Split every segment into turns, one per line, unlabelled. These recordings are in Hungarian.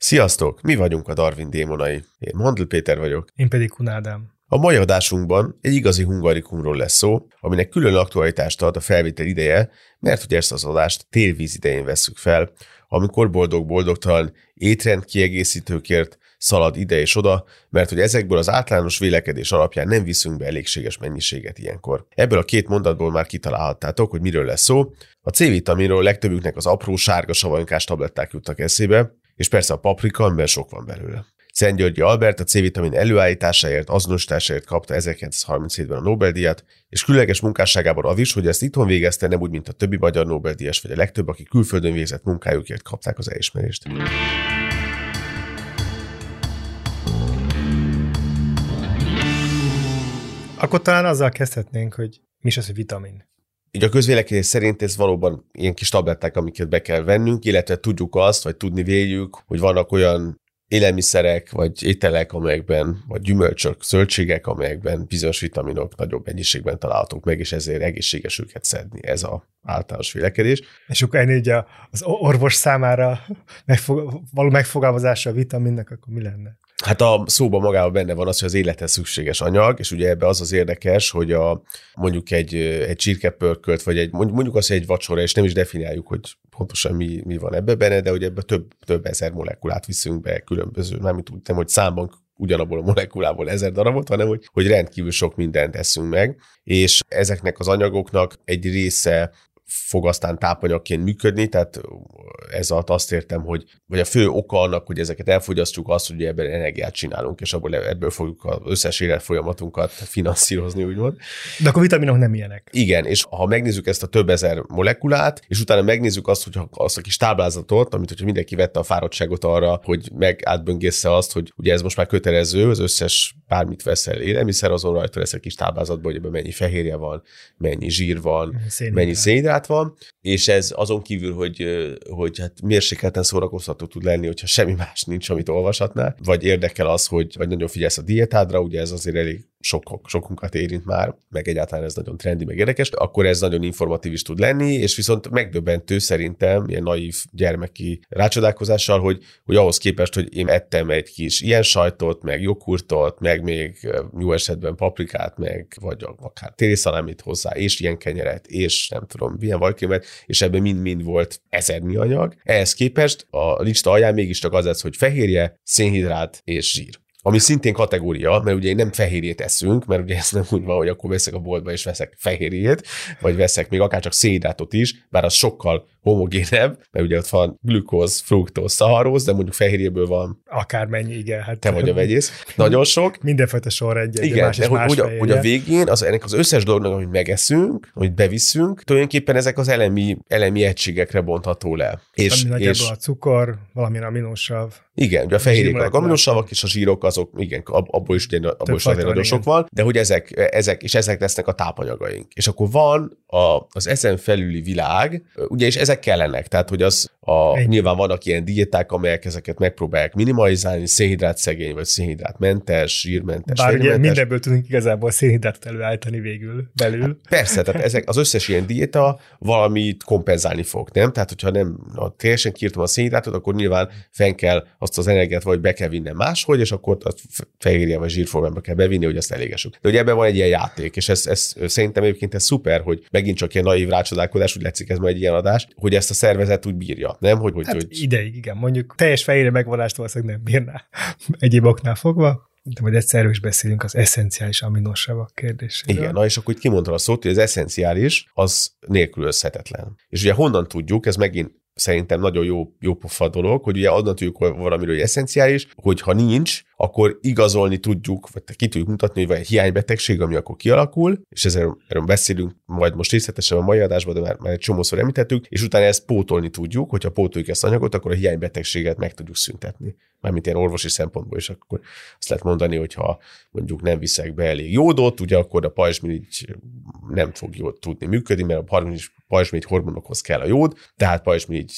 Sziasztok! Mi vagyunk a Darwin démonai. Én Mandl Péter vagyok.
Én pedig Kun Ádám.
A mai adásunkban egy igazi hungarikumról lesz szó, aminek külön aktualitást ad a felvétel ideje, mert hogy ezt az adást télvíz idején vesszük fel, amikor boldog-boldogtalan étrendkiegészítőkért szalad ide és oda, mert hogy ezekből az általános vélekedés alapján nem viszünk be elégséges mennyiséget ilyenkor. Ebből a két mondatból már kitalálhattátok, hogy miről lesz szó. A C-vitaminról legtöbbüknek az apró sárga savanykás tabletták jutnak eszébe, és persze a paprika, amiben sok van belőle. Szent-Györgyi Albert a C-vitamin előállításáért, azonosításáért kapta 1937-ben a Nobel-díjat, és különleges munkásságában az is, hogy ezt itthon végezte, nem úgy, mint a többi magyar Nobel-díjas, vagy a legtöbb, akik külföldön végzett munkájukért kapták az elismerést.
Akkor talán azzal kezdhetnénk, hogy mi is az, hogy vitamin.
Így a közvélekedés szerint ez valóban ilyen kis tabletták, amiket be kell vennünk, illetve tudjuk azt, vagy tudni véljük, hogy vannak olyan élelmiszerek, vagy ételek, amelyekben, vagy gyümölcsök, zöldségek, amelyekben bizonyos vitaminok nagyobb mennyiségben találhatók meg, és ezért egészséges őket szedni. Ez az általános vélekedés.
És akkor ennél ugye az orvos számára való megfogalmazása a vitaminnek, akkor mi lenne?
Hát a szóban magában benne van az, hogy az élethez szükséges anyag, és ugye ebbe az érdekes, hogy mondjuk egy csirkepörkölt, vagy mondjuk azt, hogy egy vacsora, és nem is definiáljuk, hogy pontosan mi van ebbe benne, de hogy ebbe több ezer molekulát viszünk be különböző, mármint úgy nem, hogy számban ugyanabból a molekulából 1000 darabot, hanem hogy rendkívül sok mindent eszünk meg, és ezeknek az anyagoknak egy része fog aztán tápanyagként működni, tehát ez alatt azt értem, hogy a fő oka annak, hogy ezeket elfogyasztjuk, az, hogy ebben energiát csinálunk, és ebből fogjuk az összes életfolyamatunkat finanszírozni, úgymond.
De akkor vitaminok nem ilyenek.
Igen, és ha megnézzük ezt a több ezer molekulát, és utána megnézzük azt, hogy azt a kis táblázatot, amit hogyha mindenki vette a fáradtságot arra, hogy átböngészze azt, hogy ugye ez most már kötelező, az összes bármit veszel élelmiszer, azon rajta lesz egy kis táblázatban, hogy ebben mennyi fehérje van, mennyi zsír van, mennyi szénhidrát van, és ez azon kívül, hogy hát mérsékelten szórakoztató tud lenni, hogyha semmi más nincs, amit olvashatnál, vagy érdekel az, vagy nagyon figyelsz a diétádra, ugye ez azért elég sokunkat érint már, meg egyáltalán ez nagyon trendi, meg érdekes, akkor ez nagyon informatív is tud lenni, és viszont megdöbbentő szerintem, ilyen naív gyermeki rácsodálkozással, hogy ahhoz képest, hogy én ettem egy kis ilyen sajtot, meg jogurtot, meg még jó esetben paprikát, meg vagy akár térészalámit hozzá, és ilyen kenyeret, és nem tudom, milyen valkémet, és ebben mind-mind volt ezernyi anyag. Ehhez képest a lista alján mégiscsak az lesz, hogy fehérje, szénhidrát és zsír. Ami szintén kategória, mert ugye nem fehérjét eszünk, mert ugye ez nem úgy van, hogy akkor veszek a boltba és veszek fehérjét, vagy veszek még akár csak szénhidrátot is, bár az sokkal homogénebb, mert ugye ott van glükóz, fruktóz, szaharóz, de mondjuk fehérjéből van.
Akármennyi, igen. Hát
te vagy a vegyész. Nagyon sok.
Mindenfajta sorrendje.
Igen,
más és más
hogy a végén ennek az összes dolognak, amit megeszünk, amit beviszünk, tulajdonképpen ezek az elemi egységekre bontható le. És
nagyjából a cukor, valamilyen aminósav.
Igen, ugye a fehérjék, a aminosavak és a zsírok, azok, igen, abból is nagyon sok van, de hogy ezek lesznek a tápanyagaink. És akkor van az ezen felüli világ, ugye, és ezek kellenek, tehát, hogy nyilván vannak ilyen diéták, amelyek ezeket megpróbálják minimalizálni, szénhidrát szegény, vagy szénhidrátmentes, zsírmentes,
bár ugye mindenből tudunk igazából szénhidrátot előállítani belül.
Persze, tehát az összes ilyen diéta valamit kompenzálni fog, nem? Tehát, hogyha nem teljesen kiírtam a szénhidrátot, akkor nyilván fenn kell azt az energiát vagy be kell vinnem máshogy, és akkor a fehérje vagy zsírformába kell bevinni, hogy azt elégessük. De ugye ebben van egy ilyen játék, és ez szerintem egyébként ez szuper, hogy megint csak ilyen naív rácsodálkodás, úgy látszik ez majd egy ilyen adás, hogy ezt a szervezet úgy bírja, nem? Hogy
ideig, igen. Mondjuk teljes fehérje megvonást valószínűleg nem bírná egyéb oknál fogva. De majd egyszer is beszélünk az eszenciális aminosavak kérdéséről.
Igen, és akkor itt kimondta a szót, hogy az eszenciális az nélkülözhetetlen. És ugye honnan tudjuk, ez megint szerintem nagyon jó pofa dolog, hogy ugye adnak tudjuk valamiről, hogy eszenciális, hogy ha nincs, akkor igazolni tudjuk, vagy ki tudjuk mutatni, hogy van egy hiánybetegség, ami akkor kialakul, és erről beszélünk majd most részletesen a mai adásban, de már egy csomószor említettük, és utána ezt pótolni tudjuk, hogyha pótoljuk ezt az anyagot, akkor a hiánybetegséget meg tudjuk szüntetni. Mármint ilyen orvosi szempontból is, akkor azt lehet mondani, hogy ha mondjuk nem viszek be elég jódot, ugye akkor a pajzsmirigy nem fog jól tudni működni, mert a pajzsmirigy hormonokhoz kell a jód, tehát pajzsmirigy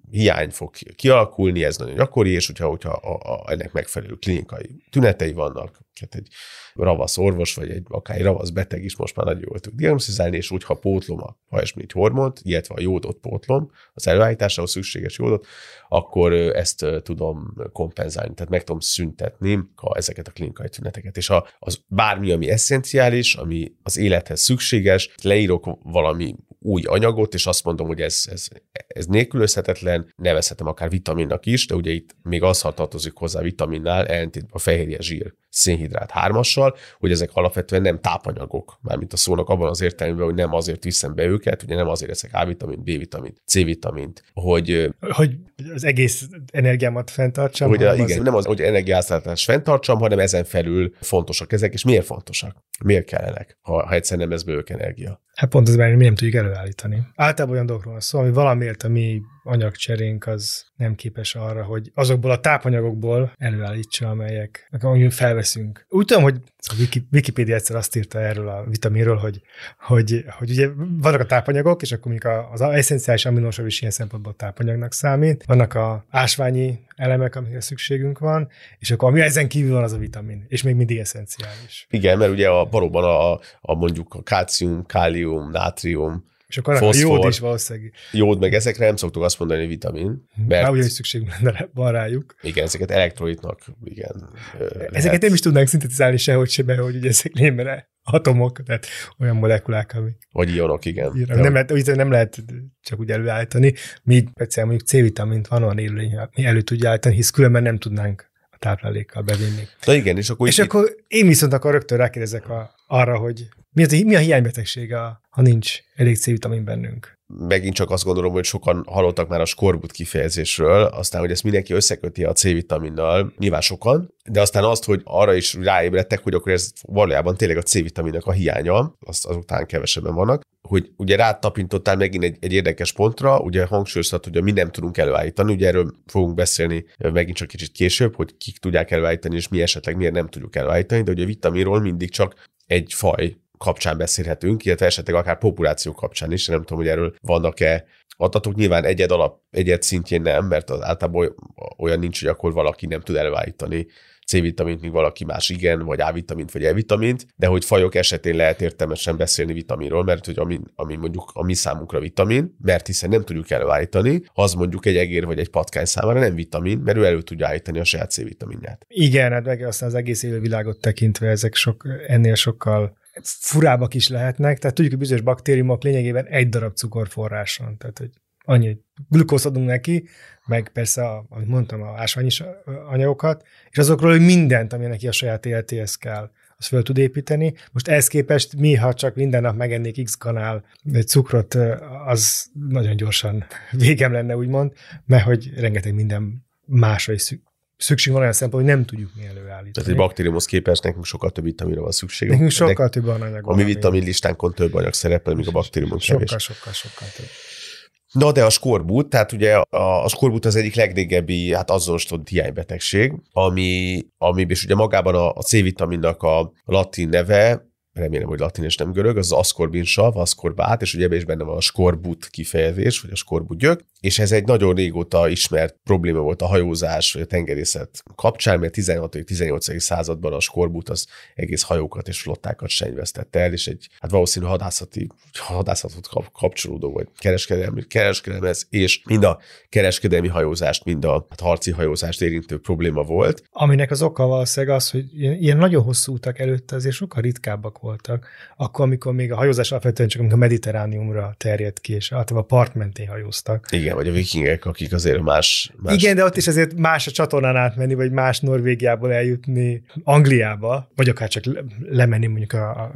hiány fog kialakulni, ez nagyon gyakori, és hogyha ennek megfelelő klinikai tünetei vannak, egy ravasz orvos, vagy akár egy ravasz beteg is most már nagyon jól tud diagnosztizálni, és hogyha pótlom a pajzsmirigy hormont, illetve a jódot pótlom, az előállításához szükséges jódot, akkor ezt tudom kompenzálni, tehát meg tudom szüntetni ezeket a klinikai tüneteket. És az bármi, ami esszenciális, ami az élethez szükséges, leírok valami új anyagot, és azt mondom, hogy ez nélkülözhetetlen, nevezhetem akár vitaminnak is, de ugye itt még az tartozik hozzá vitaminnál, ellentétben a fehérje, zsír, szénhidrát 3-assal, hogy ezek alapvetően nem tápanyagok, mármint a szónak abban az értelemben, hogy nem azért viszem be őket, ugye nem azért eszek A-vitamint, B-vitamint, C-vitamint, hogy
az egész energiámat fenntartsam.
Igen, nem az, hogy energiászállítást fenntartsam, hanem ezen felül fontosak ezek, és miért fontosak? Miért kellenek, ha egyszer nem lesz belőlük energia?
Hát pont az, hogy mi nem tudjuk előállítani. Általában olyan dolgokról van szó, ami valamiért a mi anyagcserénk az nem képes arra, hogy azokból a tápanyagokból előállítsa, amelyek felveszünk. Úgy tudom, hogy a Wikipédia egyszer azt írta erről a vitaminról, hogy ugye vannak a tápanyagok, és akkor mondjuk az esszenciális aminosav is ilyen szempontból tápanyagnak számít. Vannak az ásványi elemek, amikre szükségünk van, és akkor ami ezen kívül van, az a vitamin, és még mindig esszenciális.
Igen, mert ugye valóban mondjuk a kálcium, kálium, nátrium,
és akkor a jód is valószínűleg.
Jód, meg ezekre nem szoktuk azt mondani, hogy vitamin.
Mert ugyanúgy szükségünk van rájuk.
Igen, ezeket elektrolitnak, igen.
Ezeket nem is tudnánk szintetizálni sehogy se be, hogy ugye ezek lényben atomok, tehát olyan molekulák, ami...
Vagy ionok, igen.
Nem lehet csak úgy előállítani. Mi egyszerűen mondjuk C-vitamint van olyan élőlény, mi elő tudja állítani, hisz különben nem tudnánk a táplálékkal bevinni.
Na igen, és akkor
én viszont akkor rögtön rákérdezek arra, hogy mi a hiánybetegség, ha nincs elég C-vitamin bennünk.
Megint csak azt gondolom, hogy sokan hallottak már a skorbut kifejezésről, aztán, hogy ezt mindenki összeköti a C-vitaminnal, nyilván sokan, de aztán azt, hogy arra is ráébredtek, hogy akkor ez valójában tényleg a C-vitaminnak a hiánya, azután kevesebben vannak, hogy ugye rátapintottál megint egy érdekes pontra, ugye hangsúlyoztat, hogy mi nem tudunk előállítani, ugye erről fogunk beszélni megint csak kicsit később, hogy kik tudják előállítani, és mi esetleg miért nem tudjuk előállítani, de ugye a vitaminról mindig csak egy faj kapcsán beszélhetünk, illetve esetleg akár populáció kapcsán is, nem tudom, hogy erről vannak-e adatok, nyilván egyed szintjén nem, mert az általában olyan nincs, hogy akkor valaki nem tud előállítani C-vitamint, míg valaki más igen, vagy A-vitamint, vagy E-vitamint, de hogy fajok esetén lehet értelmesen beszélni vitaminról, mert hogy ami mondjuk a mi számunkra vitamin, mert hiszen nem tudjuk előállítani, az mondjuk egy egér vagy egy patkány számára nem vitamin, mert ő elő tudja állítani a saját C-vitaminját.
Igen, hát meg aztán az egész élővilágot tekintve ezek ennél sokkal furábbak is lehetnek, tehát tudjuk, hogy bizonyos baktériumok lényegében egy darab cukorforráson, tehát hogy annyi, hogy glükózt adunk neki, meg persze, amit mondtam, a ásványi anyagokat, és azokról, hogy mindent, ami neki a saját életéhez kell, azt föl tud építeni. Most ehhez képest mi, ha csak minden nap megennék X kanál egy cukrot, az nagyon gyorsan végem lenne, úgymond, mert hogy rengeteg minden másra is szükség van olyan szempontból, hogy nem tudjuk mi előállítani.
Tehát egy baktériumhoz képest nekünk sokkal több vitaminra van szükség.
Nekünk sokkal több anyag.
A mi vitamin listánkon több anyag szerepel, míg a baktériumon kevés.
Sokkal több.
Na, de a skorbut, tehát ugye a skorbut az egyik legrégebbi, azonosított hiánybetegség, ami és ugye magában a C-vitaminnak a latin neve, remélem, hogy latin és nem görög, az aszkorbinsav, aszkorbát, és ugye ebben is benne van a skorbut kifejezés, vagy a skorbutgyök, és ez egy nagyon régóta ismert probléma volt a hajózás, vagy a tengerészet kapcsán, mert 16.-18. században a skorbut az egész hajókat és flottákat senyvesztette el, és egy valószínű hadászathoz kapcsolódó, vagy kereskedelmez, és mind a kereskedelmi hajózást, mind a harci hajózást érintő probléma volt.
Aminek az oka valószínűleg az, hogy ilyen nagyon hosszú utak előtte azért sokkal ritkábbak voltak, akkor, amikor még a hajózás alapvetően csak a Mediterrániumra terjedt ki, és általában a part mentén hajóztak.
Igen, vagy a vikingek, akik azért más...
Igen, de ott is azért más a csatornán átmenni, vagy más Norvégiából eljutni Angliába, vagy akár csak lemenni mondjuk a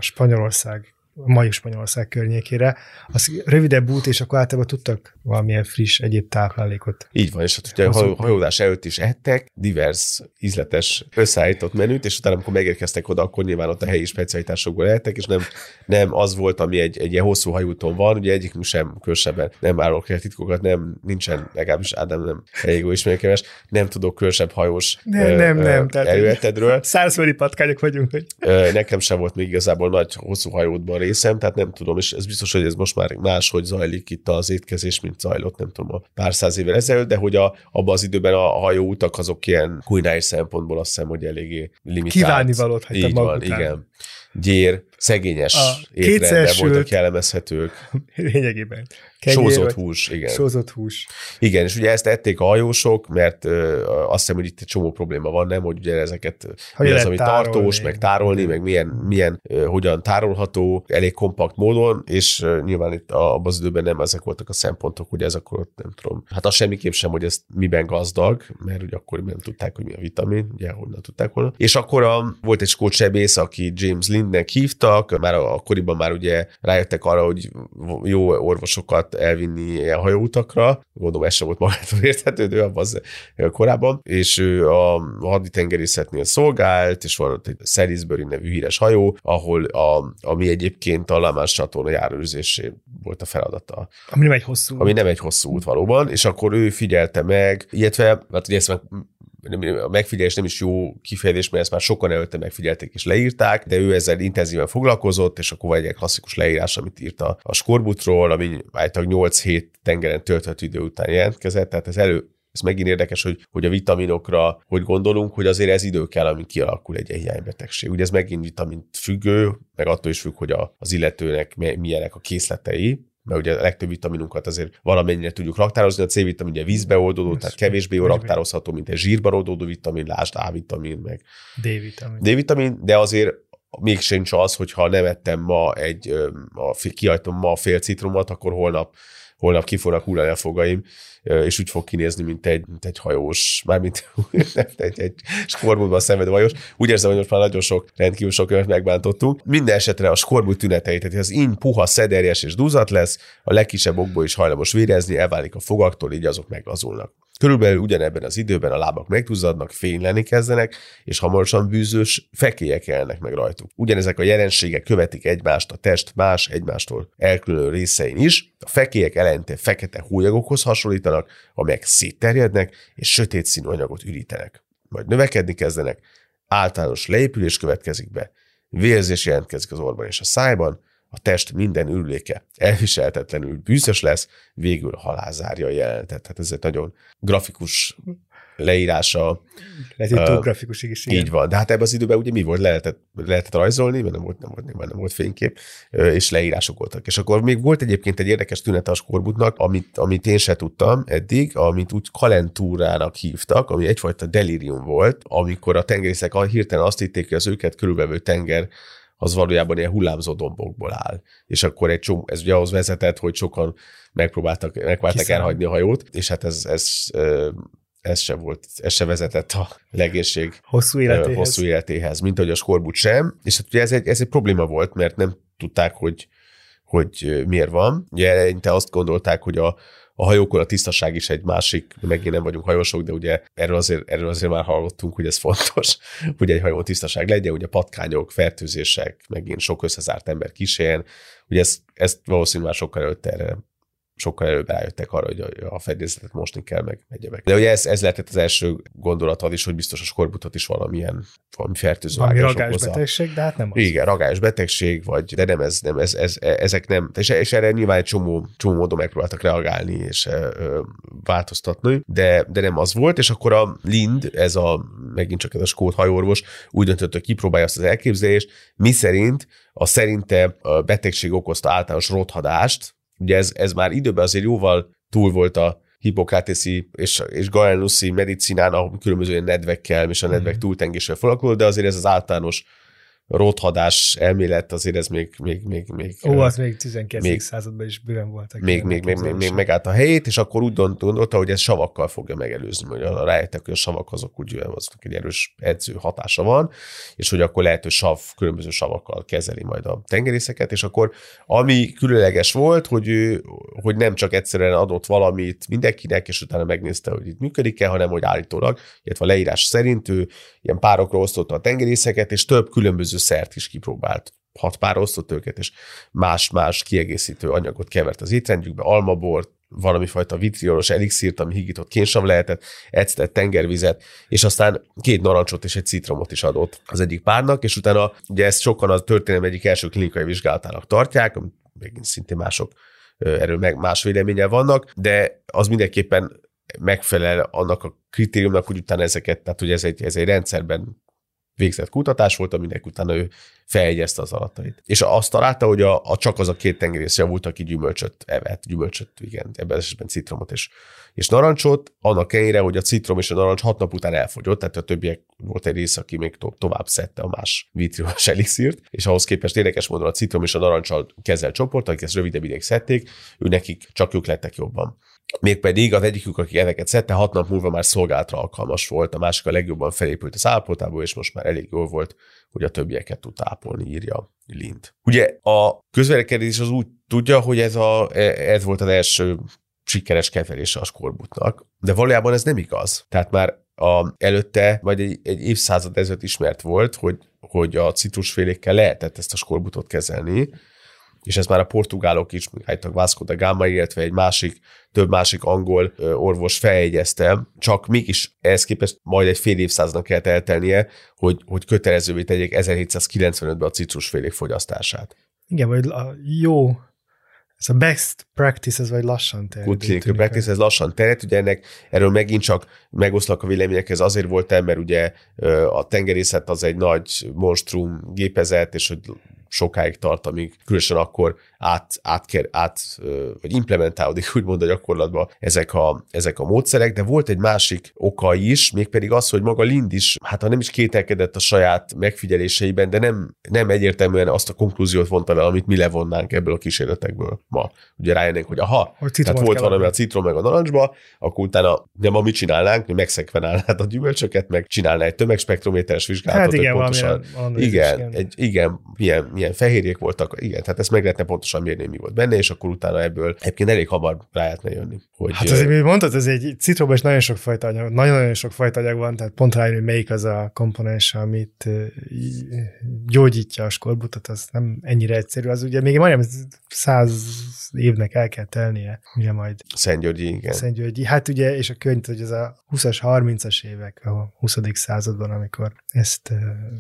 mai Spanyolország környékére, az rövidebb út, és akkor általában tudtak valamilyen friss egyéb táplálékot.
Így van, és hát ugye a hajózás előtt is ettek divers ízletes összeállított menüt, és utána, amikor megérkeztek oda, akkor nyilván ott a helyi specialitásokból ettek, és nem az volt, ami egy ilyen hosszú hajóúton van, ugye egyikünk sem különösebben, nem árulok el titkokat, nincsen, legalábbis Ádám nem elég jó ismerőkeves, nem tudok különösebb hajós
nem,
előetedről.
Szárazföldi patkányok vagyunk.
Nekem sem volt még igazából nagy hosszú hajóútban észem, tehát nem tudom, és ez biztos, hogy ez most már máshogy zajlik itt az étkezés, mint zajlott, nem tudom, a pár száz évvel ezelőtt, de hogy abban az időben a hajóutak azok ilyen kulináris szempontból azt hiszem, hogy eléggé limitált.
Kívánnivalót hagytak maguk
után. Igen. Gyér, szegényes étrendben voltak jellemezhetők.
Lényegében.
Sózott hús, igen.
Sózott hús.
Igen, és ugye ezt ették a hajósok, mert azt hiszem, hogy itt egy csomó probléma van, nem, hogy ugye ezeket mi az, ami tartós, meg tárolni, meg milyen hogyan tárolható, elég kompakt módon, és nyilván itt abban az időben nem ezek voltak a szempontok, hogy ez akkor nem tudom. Hát az semmiképp sem, hogy ez miben gazdag, mert ugye akkor nem tudták, hogy mi a vitamin, ugye honnan tudták volna. És akkor volt egy skót sebész, aki James Lindnek hívtak, már akkoriban már ugye rájöttek arra, hogy jó orvosokat elvinni ilyen hajóutakra, gondolom ez sem volt magától érthetődő abban az korábban, és ő a haditengerészetnél szolgált, és van ott egy Salisbury nevű híres hajó, ahol ami egyébként a La Manche csatorna járőrzésé volt a feladata.
Ami nem egy hosszú
út valóban, és akkor ő figyelte meg, illetve, hát ugye ezt már a megfigyelés nem is jó kifejezés, mert ezt már sokan előtte megfigyelték és leírták, de ő ezzel intenzíven foglalkozott, és akkor van egy klasszikus leírás, amit írt a skorbutról, ami általában 8-7 tengeren töltött idő után jelentkezett, tehát ez megint érdekes, hogy a vitaminokra hogy gondolunk, hogy azért ez idő kell, amíg kialakul egy hiánybetegség. Ugye ez megint vitamin függő, meg attól is függ, hogy az illetőnek milyenek a készletei, mert ugye a legtöbb vitaminunkat azért valamennyire tudjuk raktározni, a C-vitamin ugye vízbe oldódó, tehát kevésbé jól raktározható, mint egy zsírban oldódó vitamin, lásd A-vitamin, meg D-vitamin, de azért mégsem az, hogyha nem ettem ma kihajtom ma fél citromot, akkor holnap ki fognak hullani a fogaim, és úgy fog kinézni, mint egy hajós, mármint egy skorbutban szenvedő hajós. Úgy érzem, hogy most már rendkívül sok követ megbántottunk. Minden esetre a skorbut tünetei, tehát az íny puha, szederjes és duzzat lesz, a legkisebb okból is hajlamos vérezni, elválik a fogaktól, így azok meglazulnak. Körülbelül ugyanebben az időben a lábak megduzzadnak, fényleni kezdenek, és hamarosan bűzös fekélyek elnek meg rajtuk. Ugyanezek a jelenségek követik egymást a test más egymástól elkülönülő részein is. A fekélyek eleinte fekete hólyagokhoz hasonlítanak, amelyek szétterjednek, és sötét színű anyagot ürítenek. Majd növekedni kezdenek, általános leépülés következik be, vérzés jelentkezik az orrban és a szájban, a test minden ürüléke elviselhetetlenül bűzös lesz, végül halálzárja a jelenetet. Tehát ez egy nagyon grafikus leírása.
Lehet, hogy túl grafikus is.
Így van. De hát ebben az időben ugye mi volt? Lehetett rajzolni, mert nem volt fénykép, és leírások voltak. És akkor még volt egyébként egy érdekes tünete a skorbutnak, amit én se tudtam eddig, amit úgy kalentúrának hívtak, ami egyfajta delírium volt, amikor a tengerészek hirtelen azt hitték, hogy az őket körülvevő tenger az valójában ilyen hullámzó dombokból áll. És akkor ez ugye ahhoz vezetett, hogy sokan megpróbáltak elhagyni a hajót, és hát ez se vezetett a legénység hosszú életéhez, mint ahogy a skorbut sem. És hát ugye ez egy probléma volt, mert nem tudták, hogy miért van. Ugye te azt gondolták, hogy a hajókon a tisztaság is egy másik, megint nem vagyunk hajósok, de ugye erről azért már hallottunk, hogy ez fontos, hogy egy hajón tisztaság legyen, ugye patkányok, fertőzések, megint sok összezárt ember kísérjen. Ugye ezt valószínűleg már sokkal előbb rájöttek arra, hogy a fedélzetet mosni kell, meg egyebek. De ugye ez lehetett az első gondolatod is, hogy biztos a skorbutot is valami fertőző
ágás okozza. Ragályos betegség, de hát nem az.
Igen, ragályos betegség, de nem ezek nem. És erre nyilván egy csomó módon megpróbáltak reagálni és változtatni, de nem az volt, és akkor a Lind, megint csak ez a skót hajorvos úgy döntött, hogy kipróbálja azt az elképzelést, miszerint szerinte a betegség okozta általános rothadást. Ugye ez már időben azért jóval túl volt a hippokrateszi és galenuszi medicinán, ahol különböző nedvekkel és a nedvek túltengéssel foglalkozott, de azért ez az általános rothadás elmélet, azért ez még
az még 12. században is bőven voltak.
Még megállt a helyét, és akkor úgy gondolta, hogy ez savakkal fogja megelőzni, hogy rájöttek, hogy a savak azok egy erős edző hatása van, és hogy akkor lehet, hogy különböző savakkal kezeli majd a tengerészeket, és akkor ami különleges volt, hogy nem csak egyszerűen adott valamit mindenkinek, és utána megnézte, hogy itt működik-e, hanem hogy állítólag, illetve a leírás szerint ő ilyen párokra osztotta a tengerészeket, és több különböző szert is kipróbált. 6 pár osztott őket, és más-más kiegészítő anyagot kevert az étrendjükbe, almabort, valami fajta vitriolos elixírt, ami higított kénsav lehetett, ectet, tengervizet, és aztán 2 narancsot és egy citromot is adott az egyik párnak, és utána ugye ezt sokan a történelem egyik első klinikai vizsgálatának tartják, megint szintén mások erről meg más véleménye vannak, de az mindenképpen megfelel annak a kritériumnak, hogy utána ezeket, tehát hogy ez egy rendszerben végzett kutatás volt, aminek utána ő feljegyezte az adatait. És azt találta, hogy csak az a 2 tengerész javult, aki gyümölcsöt evett, igen, ebben esetben citromot és narancsot, annak ellenére, hogy a citrom és a narancs 6 nap után elfogyott, tehát a többiek volt egy rész, aki még tovább szedte a más vitriolos elixírt, és ahhoz képest érdekes módon a citrom és a narancsal kezelt csoport, akik ezt rövidebb ideig szedték, csak ők lettek jobban. Mégpedig az egyikük, aki ezeket szedte, 6 nap múlva már szolgálatra alkalmas volt, a másik a legjobban felépült az állapotából, és most már elég jól volt, hogy a többieket tudta ápolni, írja Lind. Ugye a közvélekedés az úgy tudja, hogy ez volt az első sikeres kezelése a skorbutnak, de valójában ez nem igaz. Tehát már előtte, vagy egy évszázad ezelőtt ismert volt, hogy a citrusfélékkel lehetett ezt a skorbutot kezelni, és ez már a portugálok is, állítólag Vasco da Gama, illetve több másik angol orvos feljegyezte, csak mégis ehhez képest majd egy fél évszázadnak kellett eltelnie, hogy kötelezővé tegyék 1795-ben a citrusfélék fogyasztását.
Igen, vagy ez a best practice, ez vagy lassan terjed.
Good clinical practice, ez lassan terjed, ugye erről megint csak megoszlak a vélemények, ez azért volt mert ugye a tengerészet az egy nagy monstrum gépezet, és hogy sokáig tart, amíg különösen akkor vagy implementálódik úgymond a gyakorlatban ezek a módszerek, de volt egy másik oka is, mégpedig az, hogy maga Lind is, hát ha nem is kételkedett a saját megfigyeléseiben, de nem egyértelműen azt a konklúziót vonta le, amit mi levonnánk ebből a kísérletekből ma. Ugye rájönnénk, hogy tehát volt valami a citrom meg a narancsba, akkor utána de ma mit csinálnánk, mi megszekvenálnád a gyümölcsöket, meg csinálná egy tömegspektrométeres vizsgálatot,
hát igen,
pontosan. Milyen fehérjék voltak, igen, tehát ezt meg lehetne pontosan mérni, mi volt benne, és akkor utána ebből egyébként elég hamar rá lehetne jönni.
Hát azért, mint mondtad, ez egy citromban is nagyon sok fajta anyag, nagyon sok fajta anyag van, tehát pont rájönni, hogy melyik az a komponens, amit gyógyítja a skorbutot, az nem ennyire egyszerű. Az ugye még majdnem 100 évnek el kell telnie, mire majd
Szentgyörgyi, igen.
Szentgyörgyi. Hát ugye, és a könyv, hogy ez a 20-as, 30-as évek, a 20. században, amikor ezt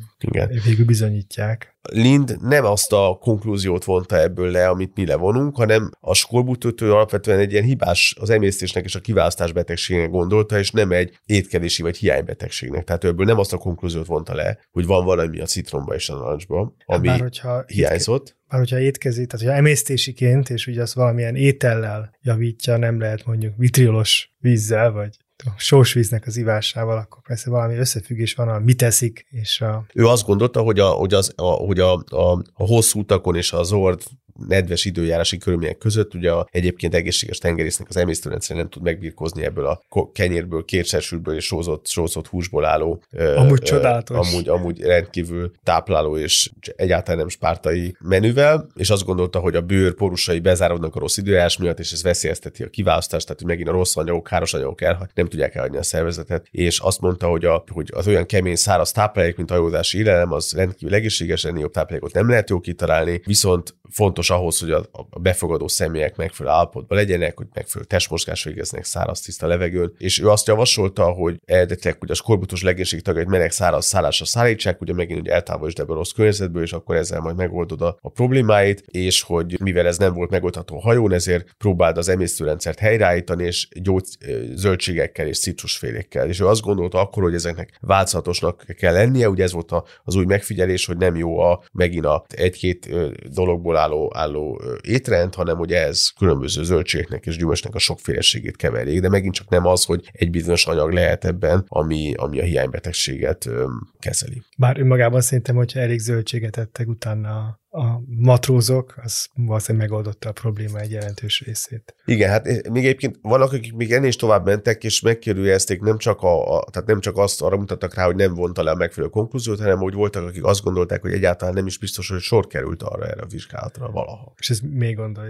végül bizonyítják.
Lind nem azt a konklúziót vonta ebből le, amit mi levonunk, hanem a skorbutőtő alapvetően egy ilyen hibás, az emésztésnek és a kiválasztás betegségnek gondolta, és nem egy étkezési vagy hiánybetegségnek. Tehát ebből nem azt a konklúziót vonta le, hogy van valami a citromba és a narancsba, ami hiányzott.
Bár hogyha étkezik, tehát hogyha emésztésiként, és ugye azt valamilyen étellel javítja, nem lehet mondjuk vitriolos vízzel, vagy sós víznek az ivásával, akkor persze valami összefüggés van, mit teszik, és
Ő azt gondolta, hogy a hosszú utakon és a zord nedves időjárási körülmények között ugye egyébként egészséges tengerésznek az emésztőrendszer nem tud megbirkózni ebből a kenyérből, kétsersültből és sózott húsból álló
amúgy csodálatos.
Amúgy rendkívül tápláló és egyáltalán nem spártai menüvel, és azt gondolta, hogy a bőr porusai bezárodnak a rossz időjárás miatt, és ez veszélyezteti a kiválasztást, tehát hogy megint a rossz anyagok, káros anyagok nem tudják elhagyni a szervezetet, és azt mondta, hogy az olyan kemény száraz táplálék, mint a hajózási élelem, az rendkívül egészséges, ennél jobb táplálékot nem lehet jó kitalálni, viszont fontos ahhoz, hogy a befogadó személyek megfelelő állapotban legyenek, hogy megfelelő testmozgás végeznek száraz, tiszta levegőn, és ő azt javasolta, hogy eredetileg a skorbutos legénység tagjait meleg száraz szállásra szállítsák, ugye megint eltávolítsd ebből a rossz környezetből, és akkor ezzel majd megoldod a problémáit, és hogy mivel ez nem volt megoldható a hajón, ezért próbáld az emésztőrendszert helyreállítani, és zöldségekkel és citrusfélékkel. És ő azt gondolta akkor, hogy ezeknek változatosnak kell lennie, ugye ez volt az új megfigyelés, hogy nem jó megint egy-két dologból álló étrend, hanem hogy ez különböző zöldségeknek és gyümölcsnek a sokféleségét keverjék, de megint csak nem az, hogy egy bizonyos anyag lehet ebben, ami a hiánybetegséget kezeli.
Bár önmagában szerintem, hogyha elég zöldséget ettek utána a matrózok, az valószínűleg megoldotta a probléma egy jelentős részét.
Igen, hát még egyébként vannak, akik még ennél is tovább mentek, és megkérdőjelezték, tehát nem csak azt arra mutattak rá, hogy nem vonta le a megfelelő konklúziót, hanem hogy voltak, akik azt gondolták, hogy egyáltalán nem is biztos, hogy sor került erre a vizsgálatra valaha.
És ezt még gondolják?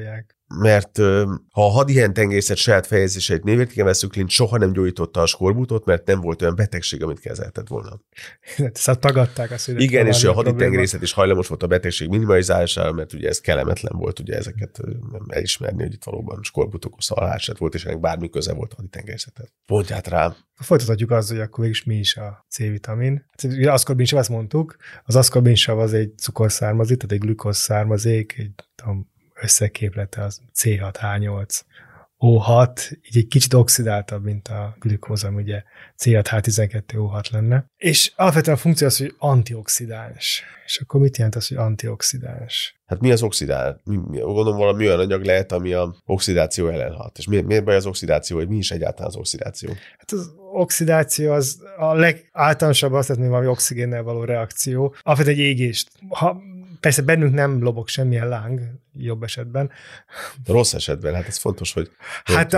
mert ha a hadihentengészet saját fejezéseit névértéken veszük, Clint soha nem gyógyította a skorbútot, mert nem volt olyan betegség, amit kezelhetett volna.
Szóval tagadták azt, hogy
igen, és a haditengerészet is hajlamos volt a betegség minimalizálására, mert ugye ez kellemetlen volt ugye ezeket elismerni, hogy itt valóban skorbut okozta haláleset volt, és ennek bármi köze volt a haditengerészethez. Pontját rá.
Folytathatjuk azzal, hogy akkor végülis mi is a C-vitamin. Az aszkorbinsav, ezt mondtuk, az aszkorbinsav az egy cukorszármazék, tehát egy glükóz származék, egy összeképlete az C6H8 O6, így egy kicsit oxidáltabb, mint a glükóz, ami ugye C6H12O6 lenne. És alapvetően a funkció az, hogy antioxidáns. És akkor mit jelent az, hogy antioxidáns?
Hát mi az oxidál? Gondolom valami olyan anyag lehet, ami a oxidáció ellen hat. És miért baj az oxidáció, hogy mi is egyáltalán az oxidáció?
Hát az oxidáció az a legáltalánosabb, azt lehet, hogy valami oxigénnel való reakció. Alapvetően egy égést. Persze bennünk nem lobog semmilyen láng, jobb esetben.
Rossz esetben, hát ez fontos, hogy
hát